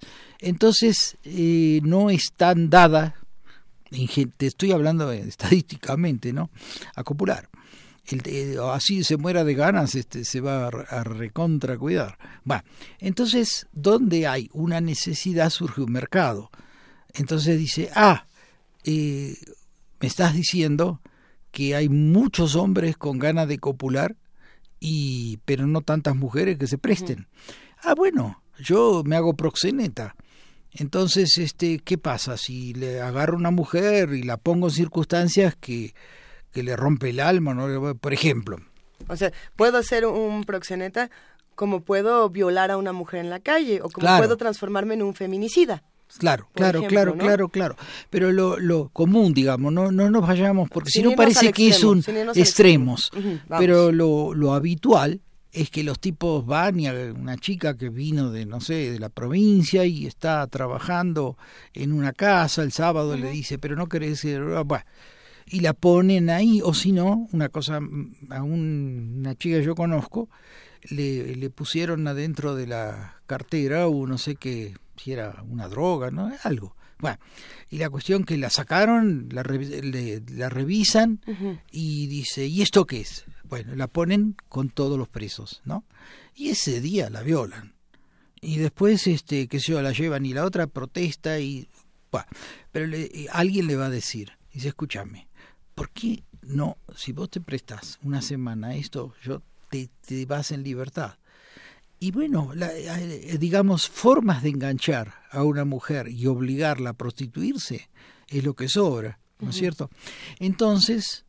Speaker 6: no es tan dada, te estoy hablando estadísticamente, ¿no?, a copular. Así se muera de ganas, se va a recontra cuidar. Entonces, donde hay una necesidad surge un mercado. Entonces dice, me estás diciendo que hay muchos hombres con ganas de copular, pero no tantas mujeres que se presten. Bueno, yo me hago proxeneta. Entonces, ¿qué pasa? Si le agarro a una mujer y la pongo en circunstancias que le rompe el alma, ¿no? Por ejemplo.
Speaker 2: O sea, puedo ser un proxeneta como puedo violar a una mujer en la calle, o como puedo transformarme en un feminicida. Claro. Pero lo común, digamos, no nos vayamos, porque si no parece que es un extremos. Pero lo habitual es que los tipos van y a una chica que vino de la provincia y está trabajando en una casa el sábado, le dice, pero no querés ir, y la ponen ahí, o si no, una cosa, a una chica que yo conozco, le pusieron adentro de la cartera, o no sé qué, si era una droga, ¿no? Algo. Y la cuestión que la sacaron, la revisan, y dice, ¿y esto qué es? Bueno, la ponen con todos los presos, ¿no? Y ese día la violan. Y después, qué sé yo, la llevan, y la otra protesta, pero alguien le va a decir, dice, escúchame, ¿por qué no, si vos te prestás una semana a esto, te vas en libertad? Y bueno, digamos, formas de enganchar a una mujer y obligarla a prostituirse es lo que sobra, ¿no es cierto? Entonces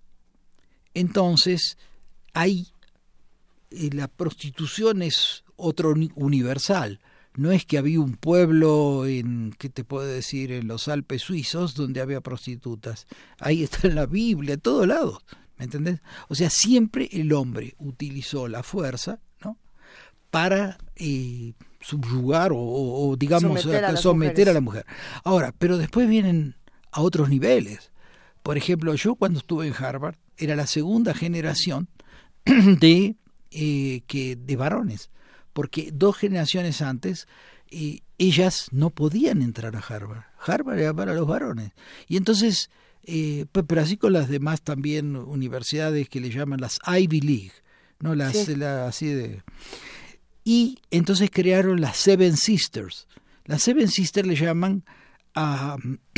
Speaker 2: la prostitución es otro universal.
Speaker 6: no es que había un pueblo en, ¿qué te puedo decir?, en los Alpes suizos donde había prostitutas. Ahí está en la Biblia, en todos lados, ¿me entendés? O sea, siempre el hombre utilizó la fuerza, ¿no?, para subyugar o digamos, someter a la mujer. Ahora, pero después vienen a otros niveles. Por ejemplo, yo cuando estuve en Harvard, era la segunda generación de varones, porque 2 generaciones antes ellas no podían entrar a Harvard. Harvard era para los varones. Y entonces, pero así con las demás también universidades que le llaman las Ivy League, ¿no? Así de... Y entonces crearon las Seven Sisters. Las Seven Sisters le llaman a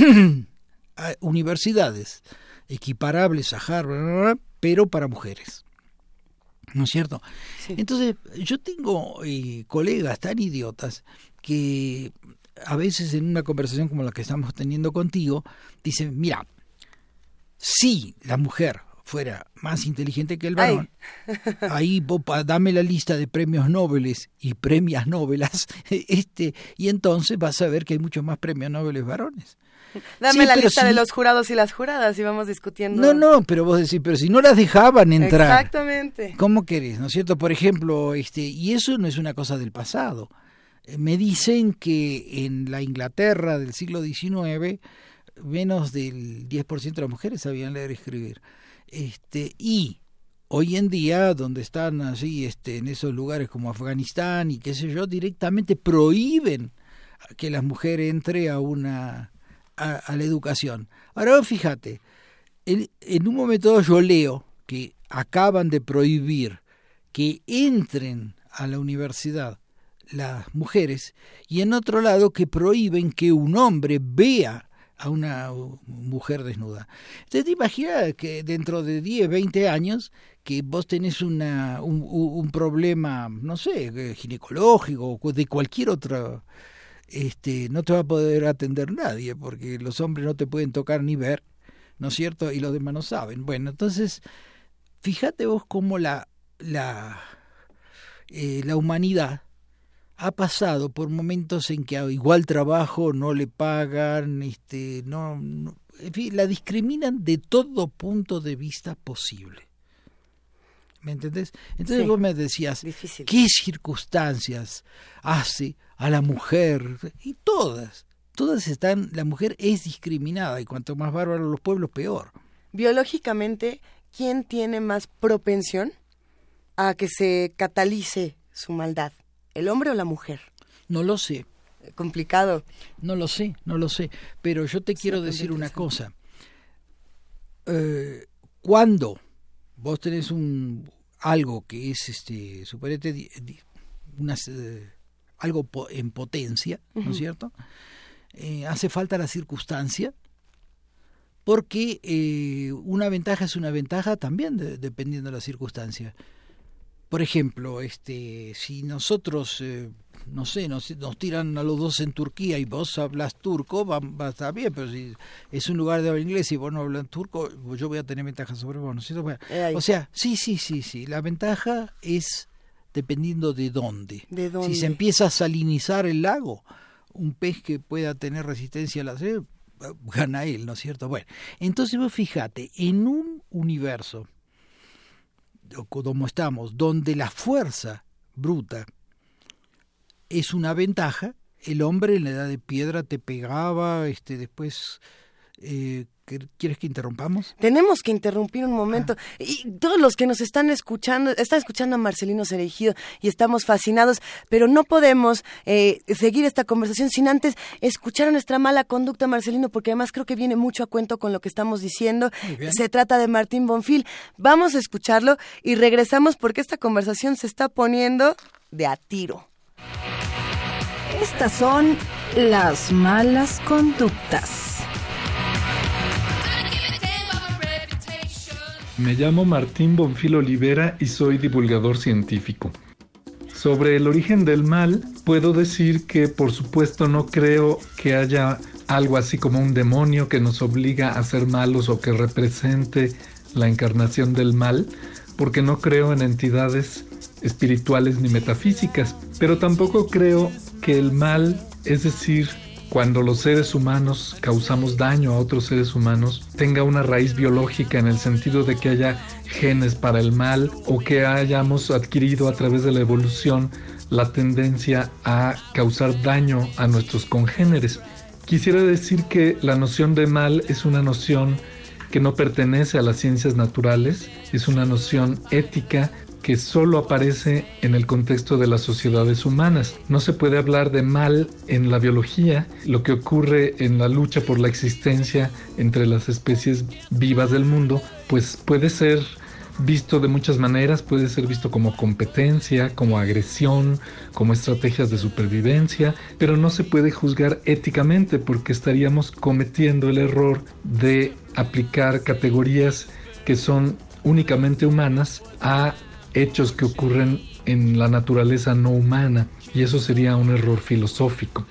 Speaker 6: universidades equiparables a Harvard, pero para mujeres. ¿No es cierto? Sí. Entonces, yo tengo colegas tan idiotas que a veces en una conversación como la que estamos teniendo contigo, dicen, mira, si la mujer fuera más inteligente que el varón, ahí dame la lista de premios Nobel y premias Nobel, y entonces vas a ver que hay muchos más premios Nobel varones.
Speaker 2: Dame la lista de los jurados y las juradas y vamos discutiendo.
Speaker 6: No, pero vos decís, pero si no las dejaban entrar.
Speaker 2: Exactamente.
Speaker 6: ¿Cómo querés? ¿No es cierto? Por ejemplo, y eso no es una cosa del pasado. Me dicen que en la Inglaterra del siglo XIX menos del 10% de las mujeres sabían leer y escribir. Y hoy en día, donde están así, en esos lugares como Afganistán y qué sé yo, directamente prohíben que la mujer entre a la educación. Ahora fíjate, en un momento yo leo que acaban de prohibir que entren a la universidad las mujeres y en otro lado que prohíben que un hombre vea a una mujer desnuda. Entonces te imaginas que dentro de 10, 20 años que vos tenés un problema, no sé, ginecológico o de cualquier otro, no te va a poder atender nadie porque los hombres no te pueden tocar ni ver, ¿no es cierto? Y los demás no saben. Bueno, entonces, fíjate vos cómo la humanidad ha pasado por momentos en que a igual trabajo no le pagan, en fin, la discriminan de todo punto de vista posible. ¿Me entendés? Entonces vos me decías, difícil. ¿Qué circunstancias hace a la mujer? Y todas están, la mujer es discriminada y cuanto más bárbaros los pueblos, peor.
Speaker 2: Biológicamente, ¿quién tiene más propensión a que se catalice su maldad? ¿El hombre o la mujer?
Speaker 6: No lo sé.
Speaker 2: Complicado.
Speaker 6: No lo sé. Pero yo te quiero decir una cosa. Cuando vos tenés algo que es, suponete, algo en potencia, ¿no es cierto? Hace falta la circunstancia, porque una ventaja es una ventaja también dependiendo de la circunstancia. Por ejemplo, si nosotros, no sé, nos tiran a los dos en Turquía y vos hablas turco, va a estar bien, pero si es un lugar de hablar inglés y vos no hablas turco, yo voy a tener ventaja sobre vos, ¿no es cierto? Bueno, o sea, sí, la ventaja es dependiendo de dónde. Si se empieza a salinizar el lago, un pez que pueda tener resistencia a la sed, gana él, ¿no es cierto? Bueno, entonces vos fíjate, en un universo como estamos, donde la fuerza bruta es una ventaja, el hombre en la edad de piedra te pegaba, después... ¿Quieres que interrumpamos?
Speaker 2: Tenemos que interrumpir un momento. Y todos los que nos están escuchando a Marcelino Cereijido y estamos fascinados, pero no podemos seguir esta conversación sin antes escuchar a nuestra mala conducta, Marcelino, porque además creo que viene mucho a cuento con lo que estamos diciendo. Se trata de Martín Bonfil. Vamos a escucharlo y regresamos porque esta conversación se está poniendo de a tiro.
Speaker 1: Estas son las malas conductas.
Speaker 11: Me llamo Martín Bonfil Olivera y soy divulgador científico. Sobre el origen del mal, puedo decir que por supuesto no creo que haya algo así como un demonio que nos obliga a ser malos o que represente la encarnación del mal, porque no creo en entidades espirituales ni metafísicas, pero tampoco creo que el mal, es decir, cuando los seres humanos causamos daño a otros seres humanos, tenga una raíz biológica en el sentido de que haya genes para el mal o que hayamos adquirido a través de la evolución la tendencia a causar daño a nuestros congéneres. Quisiera decir que la noción de mal es una noción que no pertenece a las ciencias naturales, es una noción ética que solo aparece en el contexto de las sociedades humanas. No se puede hablar de mal en la biología, lo que ocurre en la lucha por la existencia entre las especies vivas del mundo, pues puede ser visto de muchas maneras, puede ser visto como competencia, como agresión, como estrategias de supervivencia, pero no se puede juzgar éticamente porque estaríamos cometiendo el error de aplicar categorías que son únicamente humanas a hechos que ocurren en la naturaleza no humana, y eso sería un error filosófico.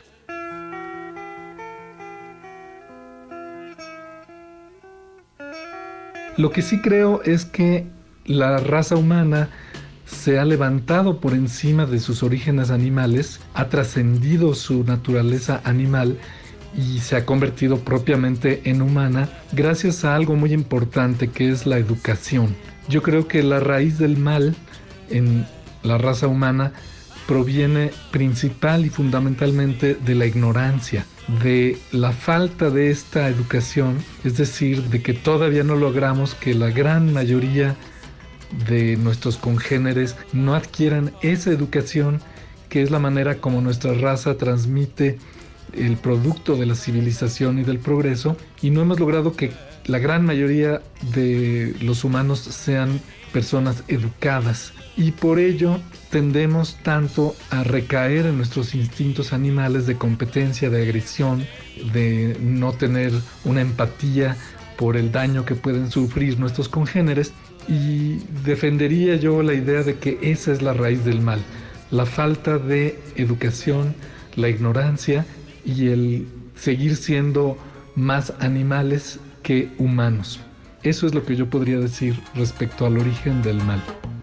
Speaker 11: Lo que sí creo es que la raza humana se ha levantado por encima de sus orígenes animales, ha trascendido su naturaleza animal y se ha convertido propiamente en humana gracias a algo muy importante que es la educación. Yo creo que la raíz del mal en la raza humana proviene principal y fundamentalmente de la ignorancia, de la falta de esta educación, es decir, de que todavía no logramos que la gran mayoría de nuestros congéneres no adquieran esa educación que es la manera como nuestra raza transmite el producto de la civilización y del progreso, y no hemos logrado que la gran mayoría de los humanos sean personas educadas, y por ello tendemos tanto a recaer en nuestros instintos animales de competencia, de agresión, de no tener una empatía por el daño que pueden sufrir nuestros congéneres, y defendería yo la idea de que esa es la raíz del mal, la falta de educación, la ignorancia y el seguir siendo más animales que humanos. Eso es lo que yo podría decir respecto al origen del mal.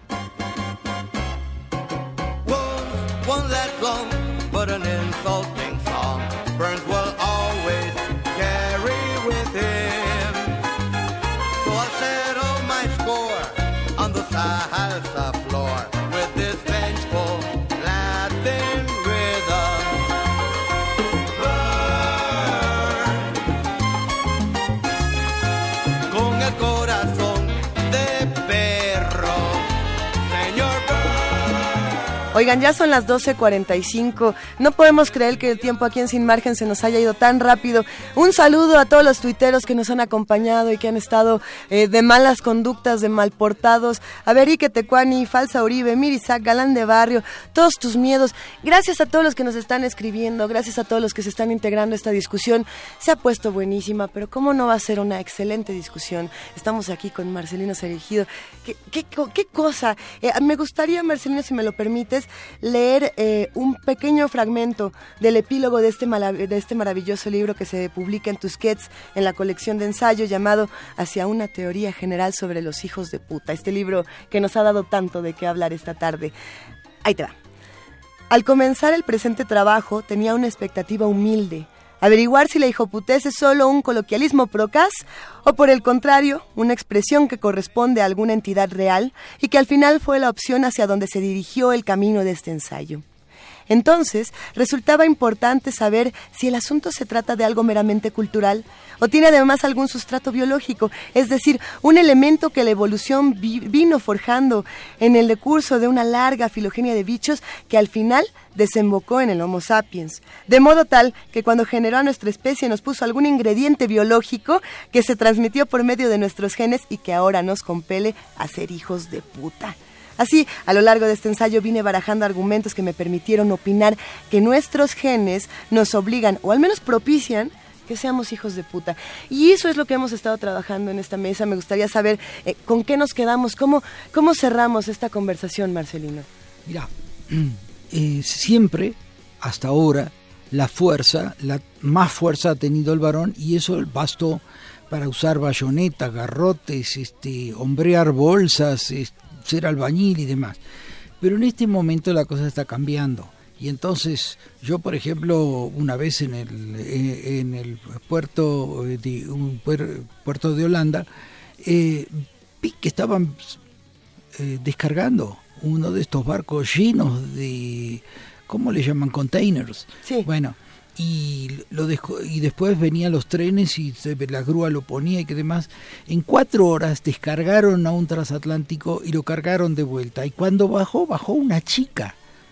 Speaker 2: Oigan, ya son las 12:45. No podemos creer que el tiempo aquí en Sin Margen se nos haya ido tan rápido. Un saludo a todos los tuiteros que nos han acompañado y que han estado de malas conductas, de malportados. A ver, Ike Tecuani, Falsa Uribe, Mirisac, Galán de Barrio, todos tus miedos. Gracias a todos los que nos están escribiendo, gracias a todos los que se están integrando a esta discusión. Se ha puesto buenísima, pero ¿cómo no va a ser una excelente discusión? Estamos aquí con Marcelino Cereijido. ¿Qué cosa? Me gustaría, Marcelino, si me lo permites, leer un pequeño fragmento del epílogo de este maravilloso libro que se publica en Tusquets en la colección de ensayo llamado Hacia una teoría general sobre los hijos de puta, este libro que nos ha dado tanto de qué hablar esta tarde. Ahí te va. Al comenzar el presente trabajo tenía una expectativa humilde: averiguar si la hijoputez es solo un coloquialismo procaz o, por el contrario, una expresión que corresponde a alguna entidad real y que al final fue la opción hacia donde se dirigió el camino de este ensayo. Entonces, resultaba importante saber si el asunto se trata de algo meramente cultural o tiene además algún sustrato biológico, es decir, un elemento que la evolución vino forjando en el decurso de una larga filogenia de bichos que al final desembocó en el Homo sapiens, de modo tal que cuando generó a nuestra especie nos puso algún ingrediente biológico que se transmitió por medio de nuestros genes y que ahora nos compele a ser hijos de puta. Así, a lo largo de este ensayo vine barajando argumentos que me permitieron opinar que nuestros genes nos obligan, o al menos propician, que seamos hijos de puta. Y eso es lo que hemos estado trabajando en esta mesa. Me gustaría saber con qué nos quedamos, cómo cerramos esta conversación, Marcelino.
Speaker 6: Mira, siempre, hasta ahora, la más fuerza ha tenido el varón, y eso bastó para usar bayoneta, garrotes, hombrear bolsas, ser albañil y demás. Pero en este momento la cosa está cambiando. Y entonces yo, por ejemplo, una vez en el puerto de Holanda, vi que estaban descargando uno de estos barcos llenos de, ¿cómo le llaman? Containers.
Speaker 2: Sí.
Speaker 6: Bueno, y después venían los trenes y la grúa lo ponía y que demás. En 4 horas descargaron a un transatlántico y lo cargaron de vuelta. Y cuando bajó una chica.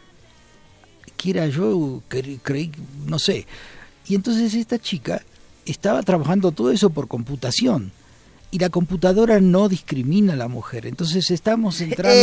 Speaker 6: Que era yo, creí, no sé. Y entonces esta chica estaba trabajando todo eso por computación. Y la computadora no discrimina a la mujer. Entonces estamos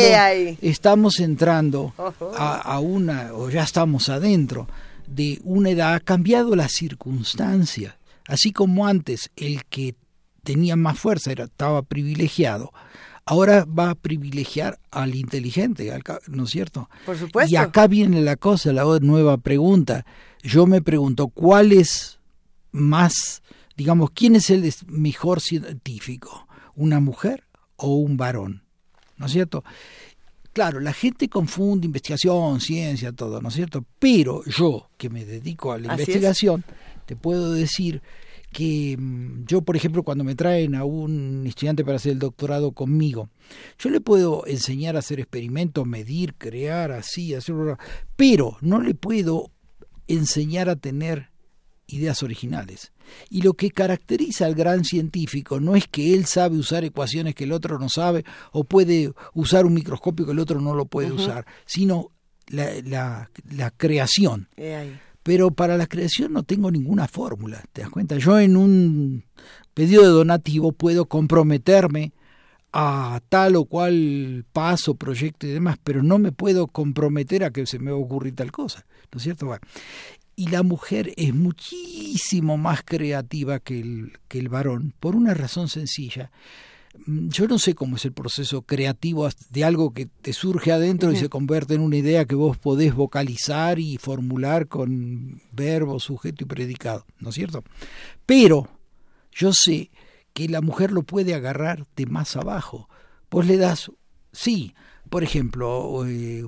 Speaker 6: entrando a una, o ya estamos adentro, de una edad. Ha cambiado la circunstancia. Así como antes el que tenía más fuerza estaba privilegiado, ahora va a privilegiar al inteligente, ¿no es cierto?
Speaker 2: Por supuesto.
Speaker 6: Y acá viene la cosa, la nueva pregunta. Yo me pregunto, ¿cuál es más, digamos, quién es el mejor científico? ¿Una mujer o un varón? ¿No es cierto? Claro, la gente confunde investigación, ciencia, todo, ¿no es cierto? Pero yo, que me dedico a la investigación, te puedo decir que yo, por ejemplo, cuando me traen a un estudiante para hacer el doctorado conmigo, yo le puedo enseñar a hacer experimentos, medir, crear, así, hacerlo, pero no le puedo enseñar a tener ideas originales. Y lo que caracteriza al gran científico no es que él sabe usar ecuaciones que el otro no sabe, o puede usar un microscopio que el otro no lo puede usar, sino la creación. Pero para la creación no tengo ninguna fórmula, ¿te das cuenta? Yo en un pedido de donativo puedo comprometerme a tal o cual paso, proyecto y demás, pero no me puedo comprometer a que se me va a ocurrir tal cosa, ¿no es cierto? Bueno, y la mujer es muchísimo más creativa que el varón, por una razón sencilla. Yo no sé cómo es el proceso creativo de algo que te surge adentro y se convierte en una idea que vos podés vocalizar y formular con verbo, sujeto y predicado, ¿no es cierto? Pero yo sé que la mujer lo puede agarrar de más abajo. Vos le das, sí, por ejemplo,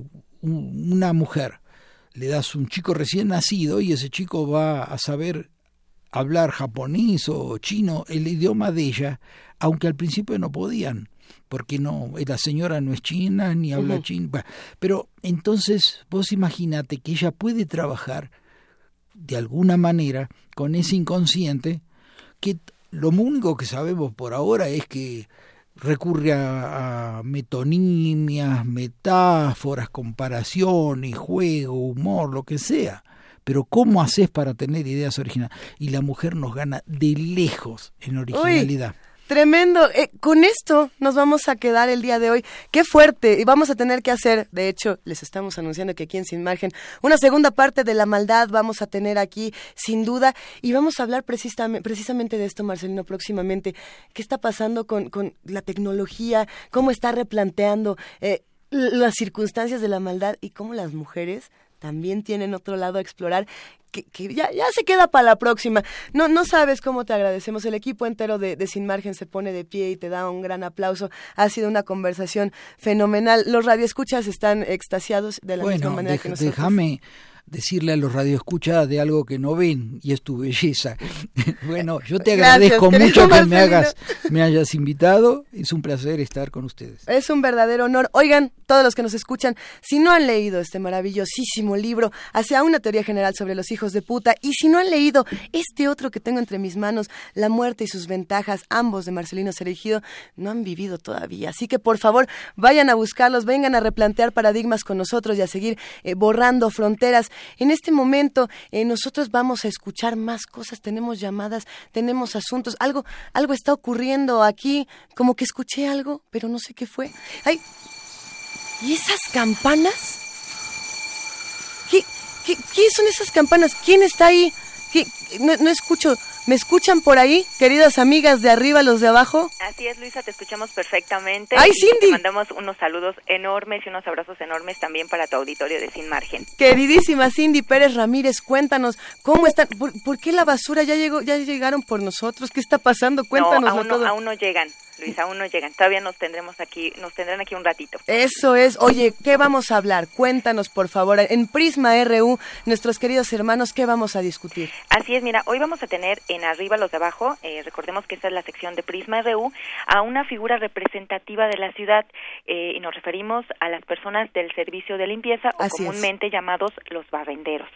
Speaker 6: una mujer, le das un chico recién nacido y ese chico va a saber hablar japonés o chino, el idioma de ella, aunque al principio no podían, porque no, la señora no es china ni habla chino. Bueno, pero entonces vos imaginate que ella puede trabajar de alguna manera con ese inconsciente, que lo único que sabemos por ahora es que recurre a metonimias, metáforas, comparaciones, juego, humor, lo que sea. Pero ¿cómo haces para tener ideas originales? Y la mujer nos gana de lejos en originalidad.
Speaker 2: Uy, tremendo. Con esto nos vamos a quedar el día de hoy. ¡Qué fuerte! Y vamos a tener que hacer, de hecho, les estamos anunciando que aquí en Sin Margen, una segunda parte de La Maldad vamos a tener aquí, sin duda. Y vamos a hablar precisamente de esto, Marcelino, próximamente. ¿Qué está pasando con la tecnología? ¿Cómo está replanteando las circunstancias de la maldad? Y cómo las mujeres también tienen otro lado a explorar, que ya se queda para la próxima. No sabes cómo te agradecemos. El equipo entero de Sin Margen se pone de pie y te da un gran aplauso. Ha sido una conversación fenomenal. Los radioescuchas están extasiados de la misma manera que nosotros.
Speaker 6: Déjame decirle a los radioescuchas de algo que no ven, y es tu belleza. Bueno, yo te agradezco mucho que me hayas invitado. Es un placer estar con ustedes.
Speaker 2: Es un verdadero honor. Oigan, todos los que nos escuchan, si no han leído este maravillosísimo libro, Hacia una teoría general sobre los hijos de puta, y si no han leído este otro que tengo entre mis manos, La muerte y sus ventajas, ambos de Marcelino Cereijido, no han vivido todavía. Así que, por favor, vayan a buscarlos, vengan a replantear paradigmas con nosotros y a seguir borrando fronteras. En este momento, nosotros vamos a escuchar más cosas, tenemos llamadas, tenemos asuntos, algo está ocurriendo aquí, como que escuché algo, pero no sé qué fue. ¡Ay! ¿Y esas campanas? ¿Qué son esas campanas? ¿Quién está ahí? No escucho. ¿Me escuchan por ahí, queridas amigas de arriba, los de abajo?
Speaker 12: Así es, Luisa, te escuchamos perfectamente.
Speaker 2: ¡Ay, Cindy!
Speaker 12: Te mandamos unos saludos enormes y unos abrazos enormes también para tu auditorio de Sin Margen.
Speaker 2: Queridísima Cindy Pérez Ramírez, cuéntanos, ¿cómo están? ¿Por qué la basura ya llegaron por nosotros? ¿Qué está pasando? Cuéntanos todo.
Speaker 12: Aún no llegan, Luisa, aún no llegan. Todavía nos tendrán aquí un ratito.
Speaker 2: Eso es. Oye, ¿qué vamos a hablar? Cuéntanos, por favor. En Prisma RU, nuestros queridos hermanos, ¿qué vamos a discutir?
Speaker 12: Así es, mira, hoy vamos a tener en Arriba los de Abajo, recordemos que esta es la sección de Prisma RU, a una figura representativa de la ciudad, y nos referimos a las personas del servicio de limpieza, o comúnmente llamados los barrenderos.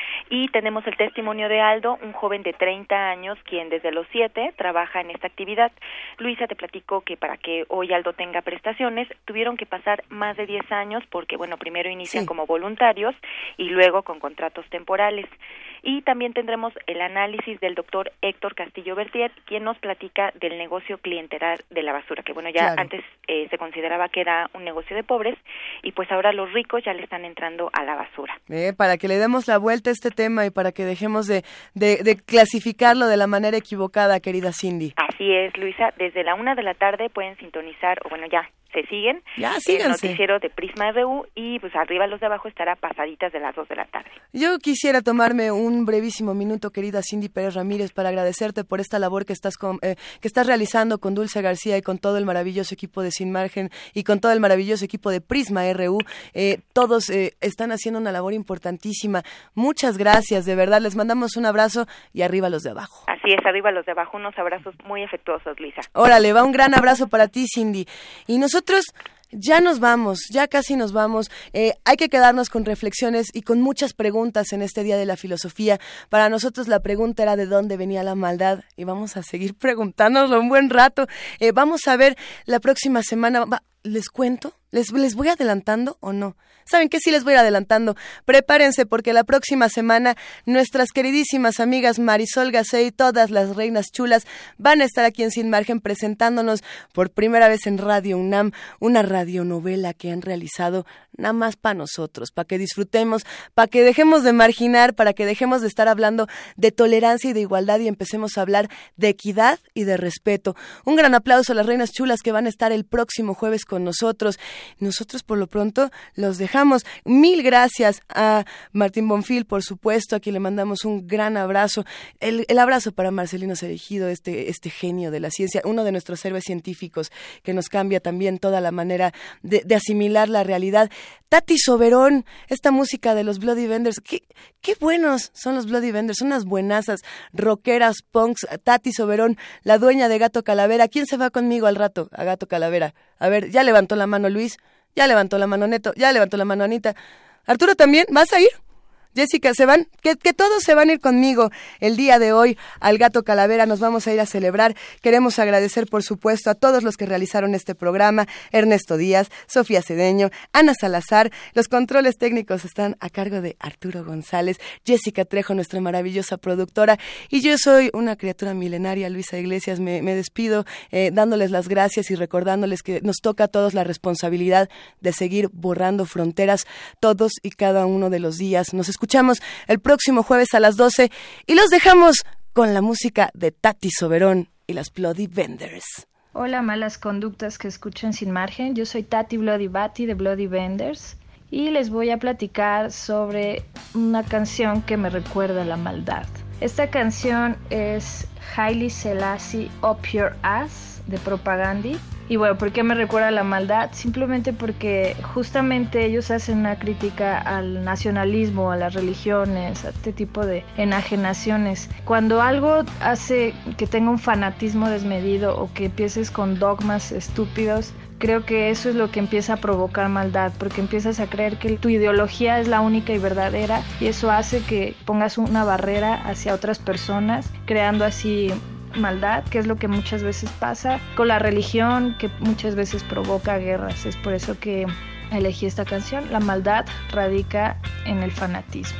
Speaker 12: Y tenemos el testimonio de Aldo, un joven de 30 años, quien desde los 7 trabaja en esta actividad. Luisa, te platico que para que hoy Aldo tenga prestaciones, tuvieron que pasar más de 10 años, porque bueno, primero inician como voluntarios y luego con contratos temporales. Y también tendremos el análisis del doctor Héctor Castillo Bertier, quien nos platica del negocio clientelar de la basura, que bueno, ya antes se consideraba que era un negocio de pobres, y pues ahora los ricos ya le están entrando a la basura.
Speaker 2: Para que le demos la vuelta a este tema y para que dejemos de clasificarlo de la manera equivocada, querida Cindy.
Speaker 12: Así es, Luisa, desde la 1 de la tarde pueden sintonizar, o bueno, ya se siguen, el noticiero de Prisma RU, y pues Arriba los de Abajo estará pasaditas de las 2 de la tarde.
Speaker 2: Yo quisiera tomarme un brevísimo minuto, querida Cindy Pérez Ramírez, para agradecerte por esta labor que estás realizando con Dulce García y con todo el maravilloso equipo de Sin Margen y con todo el maravilloso equipo de Prisma RU. Todos están haciendo una labor importantísima. Muchas gracias, de verdad, les mandamos un abrazo y arriba los de abajo.
Speaker 12: Así es, arriba los de abajo, unos abrazos muy afectuosos, Lisa.
Speaker 2: Órale, va un gran abrazo para ti, Cindy. Y nosotros ya nos vamos, ya casi nos vamos. Hay que quedarnos con reflexiones y con muchas preguntas en este Día de la Filosofía. Para nosotros la pregunta era de dónde venía la maldad, y vamos a seguir preguntándonoslo un buen rato. Vamos a ver la próxima semana. ¿Les cuento? ¿Les voy adelantando o no? ¿Saben qué? Sí les voy adelantando. Prepárense porque la próxima semana nuestras queridísimas amigas Marisol Gacé y todas las reinas chulas van a estar aquí en Sin Margen presentándonos por primera vez en Radio UNAM una radionovela que han realizado nada más para nosotros, para que disfrutemos, para que dejemos de marginar, para que dejemos de estar hablando de tolerancia y de igualdad y empecemos a hablar de equidad y de respeto. Un gran aplauso a las reinas chulas que van a estar el próximo jueves con nosotros. Nosotros por lo pronto los dejamos. Mil gracias a Martín Bonfil, por supuesto, a quien le mandamos un gran abrazo. El abrazo para Marcelino Cereijido, este genio de la ciencia, uno de nuestros héroes científicos que nos cambia también toda la manera de asimilar la realidad. Tati Soberón, esta música de los Bloody Vendors, qué buenos son los Bloody Vendors, son unas buenazas, rockeras, punks. Tati Soberón, la dueña de Gato Calavera. ¿Quién se va conmigo al rato a Gato Calavera? A ver, ya levantó la mano Luis, ya levantó la mano Neto, ya levantó la mano Anita. Arturo, ¿también? ¿Vas a ir? Jessica, ¿se van? Que todos se van a ir conmigo el día de hoy al Gato Calavera. Nos vamos a ir a celebrar. Queremos agradecer, por supuesto, a todos los que realizaron este programa. Ernesto Díaz, Sofía Cedeño, Ana Salazar. Los controles técnicos están a cargo de Arturo González, Jessica Trejo, nuestra maravillosa productora. Y yo soy una criatura milenaria, Luisa Iglesias. Me despido dándoles las gracias y recordándoles que nos toca a todos la responsabilidad de seguir borrando fronteras todos y cada uno de los días. Nos escuchamos el próximo jueves a las 12 y los dejamos con la música de Tati Soberón y las Bloody Vendors.
Speaker 10: Hola, malas conductas que escuchan Sin Margen. Yo soy Tati Bloody Batty de Bloody Vendors y les voy a platicar sobre una canción que me recuerda a la maldad. Esta canción es Haile Selassie Up Your Ass de Propagandhi. Y bueno, ¿por qué me recuerda a la maldad? Simplemente porque justamente ellos hacen una crítica al nacionalismo, a las religiones, a este tipo de enajenaciones. Cuando algo hace que tenga un fanatismo desmedido o que empieces con dogmas estúpidos, creo que eso es lo que empieza a provocar maldad, porque empiezas a creer que tu ideología es la única y verdadera, y eso hace que pongas una barrera hacia otras personas, creando así maldad, que es lo que muchas veces pasa con la religión, que muchas veces provoca guerras. Es por eso que elegí esta canción. La maldad radica en el fanatismo.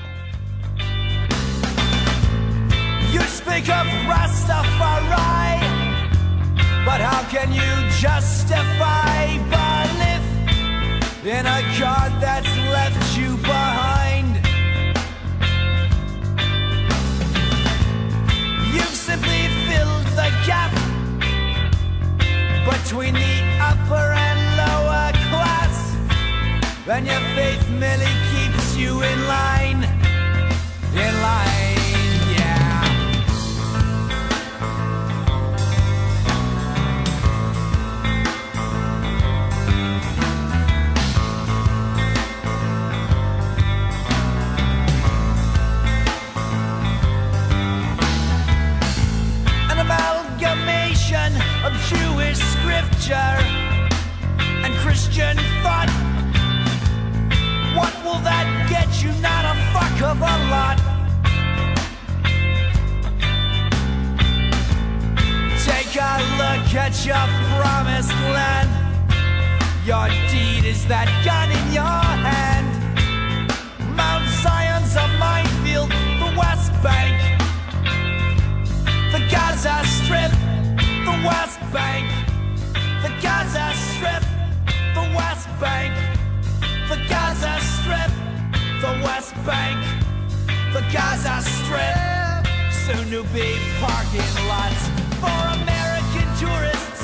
Speaker 13: You speak of Rastafari, but how can you justify belief in a God that's left you behind? You've simply filled the gap between the upper and lower class, and your faith merely keeps you in line, yeah. An amalgamation of Jewish scripture and Christian thought. What will that get you? Not a fuck of a lot. Take a look at your promised land. Your deed is that gun in your hand. Mount Zion's a minefield, the West Bank, the Gaza Strip, the West Bank, the Gaza Strip, the West Bank, the Gaza Strip, the West Bank, the Gaza Strip. Soon to be parking lots for American tourists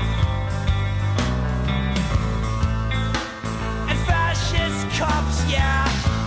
Speaker 13: and fascist cops, yeah.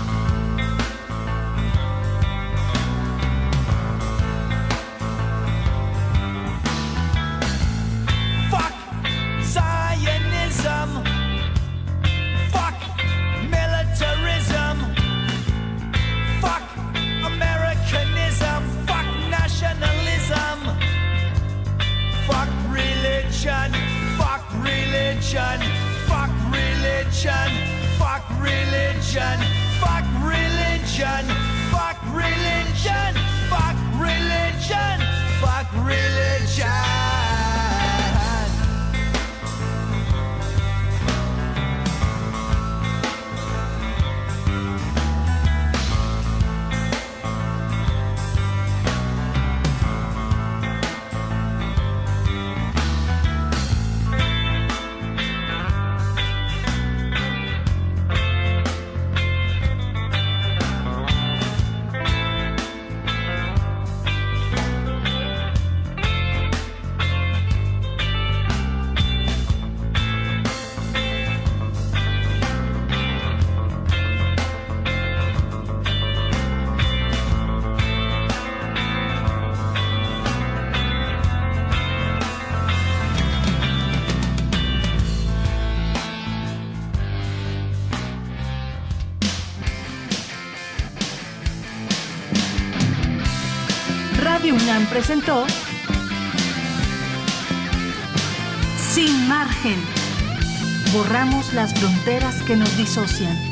Speaker 13: Fuck Zionism. Fuck militarism. Fuck Americanism. Fuck nationalism. Fuck religion. Fuck religion. Fuck religion. Fuck religion. Fuck religion. Fuck religion. Fuck religion. Fuck religion.
Speaker 1: Radio UNAM presentó Sin Margen. Borramos las fronteras que nos disocian.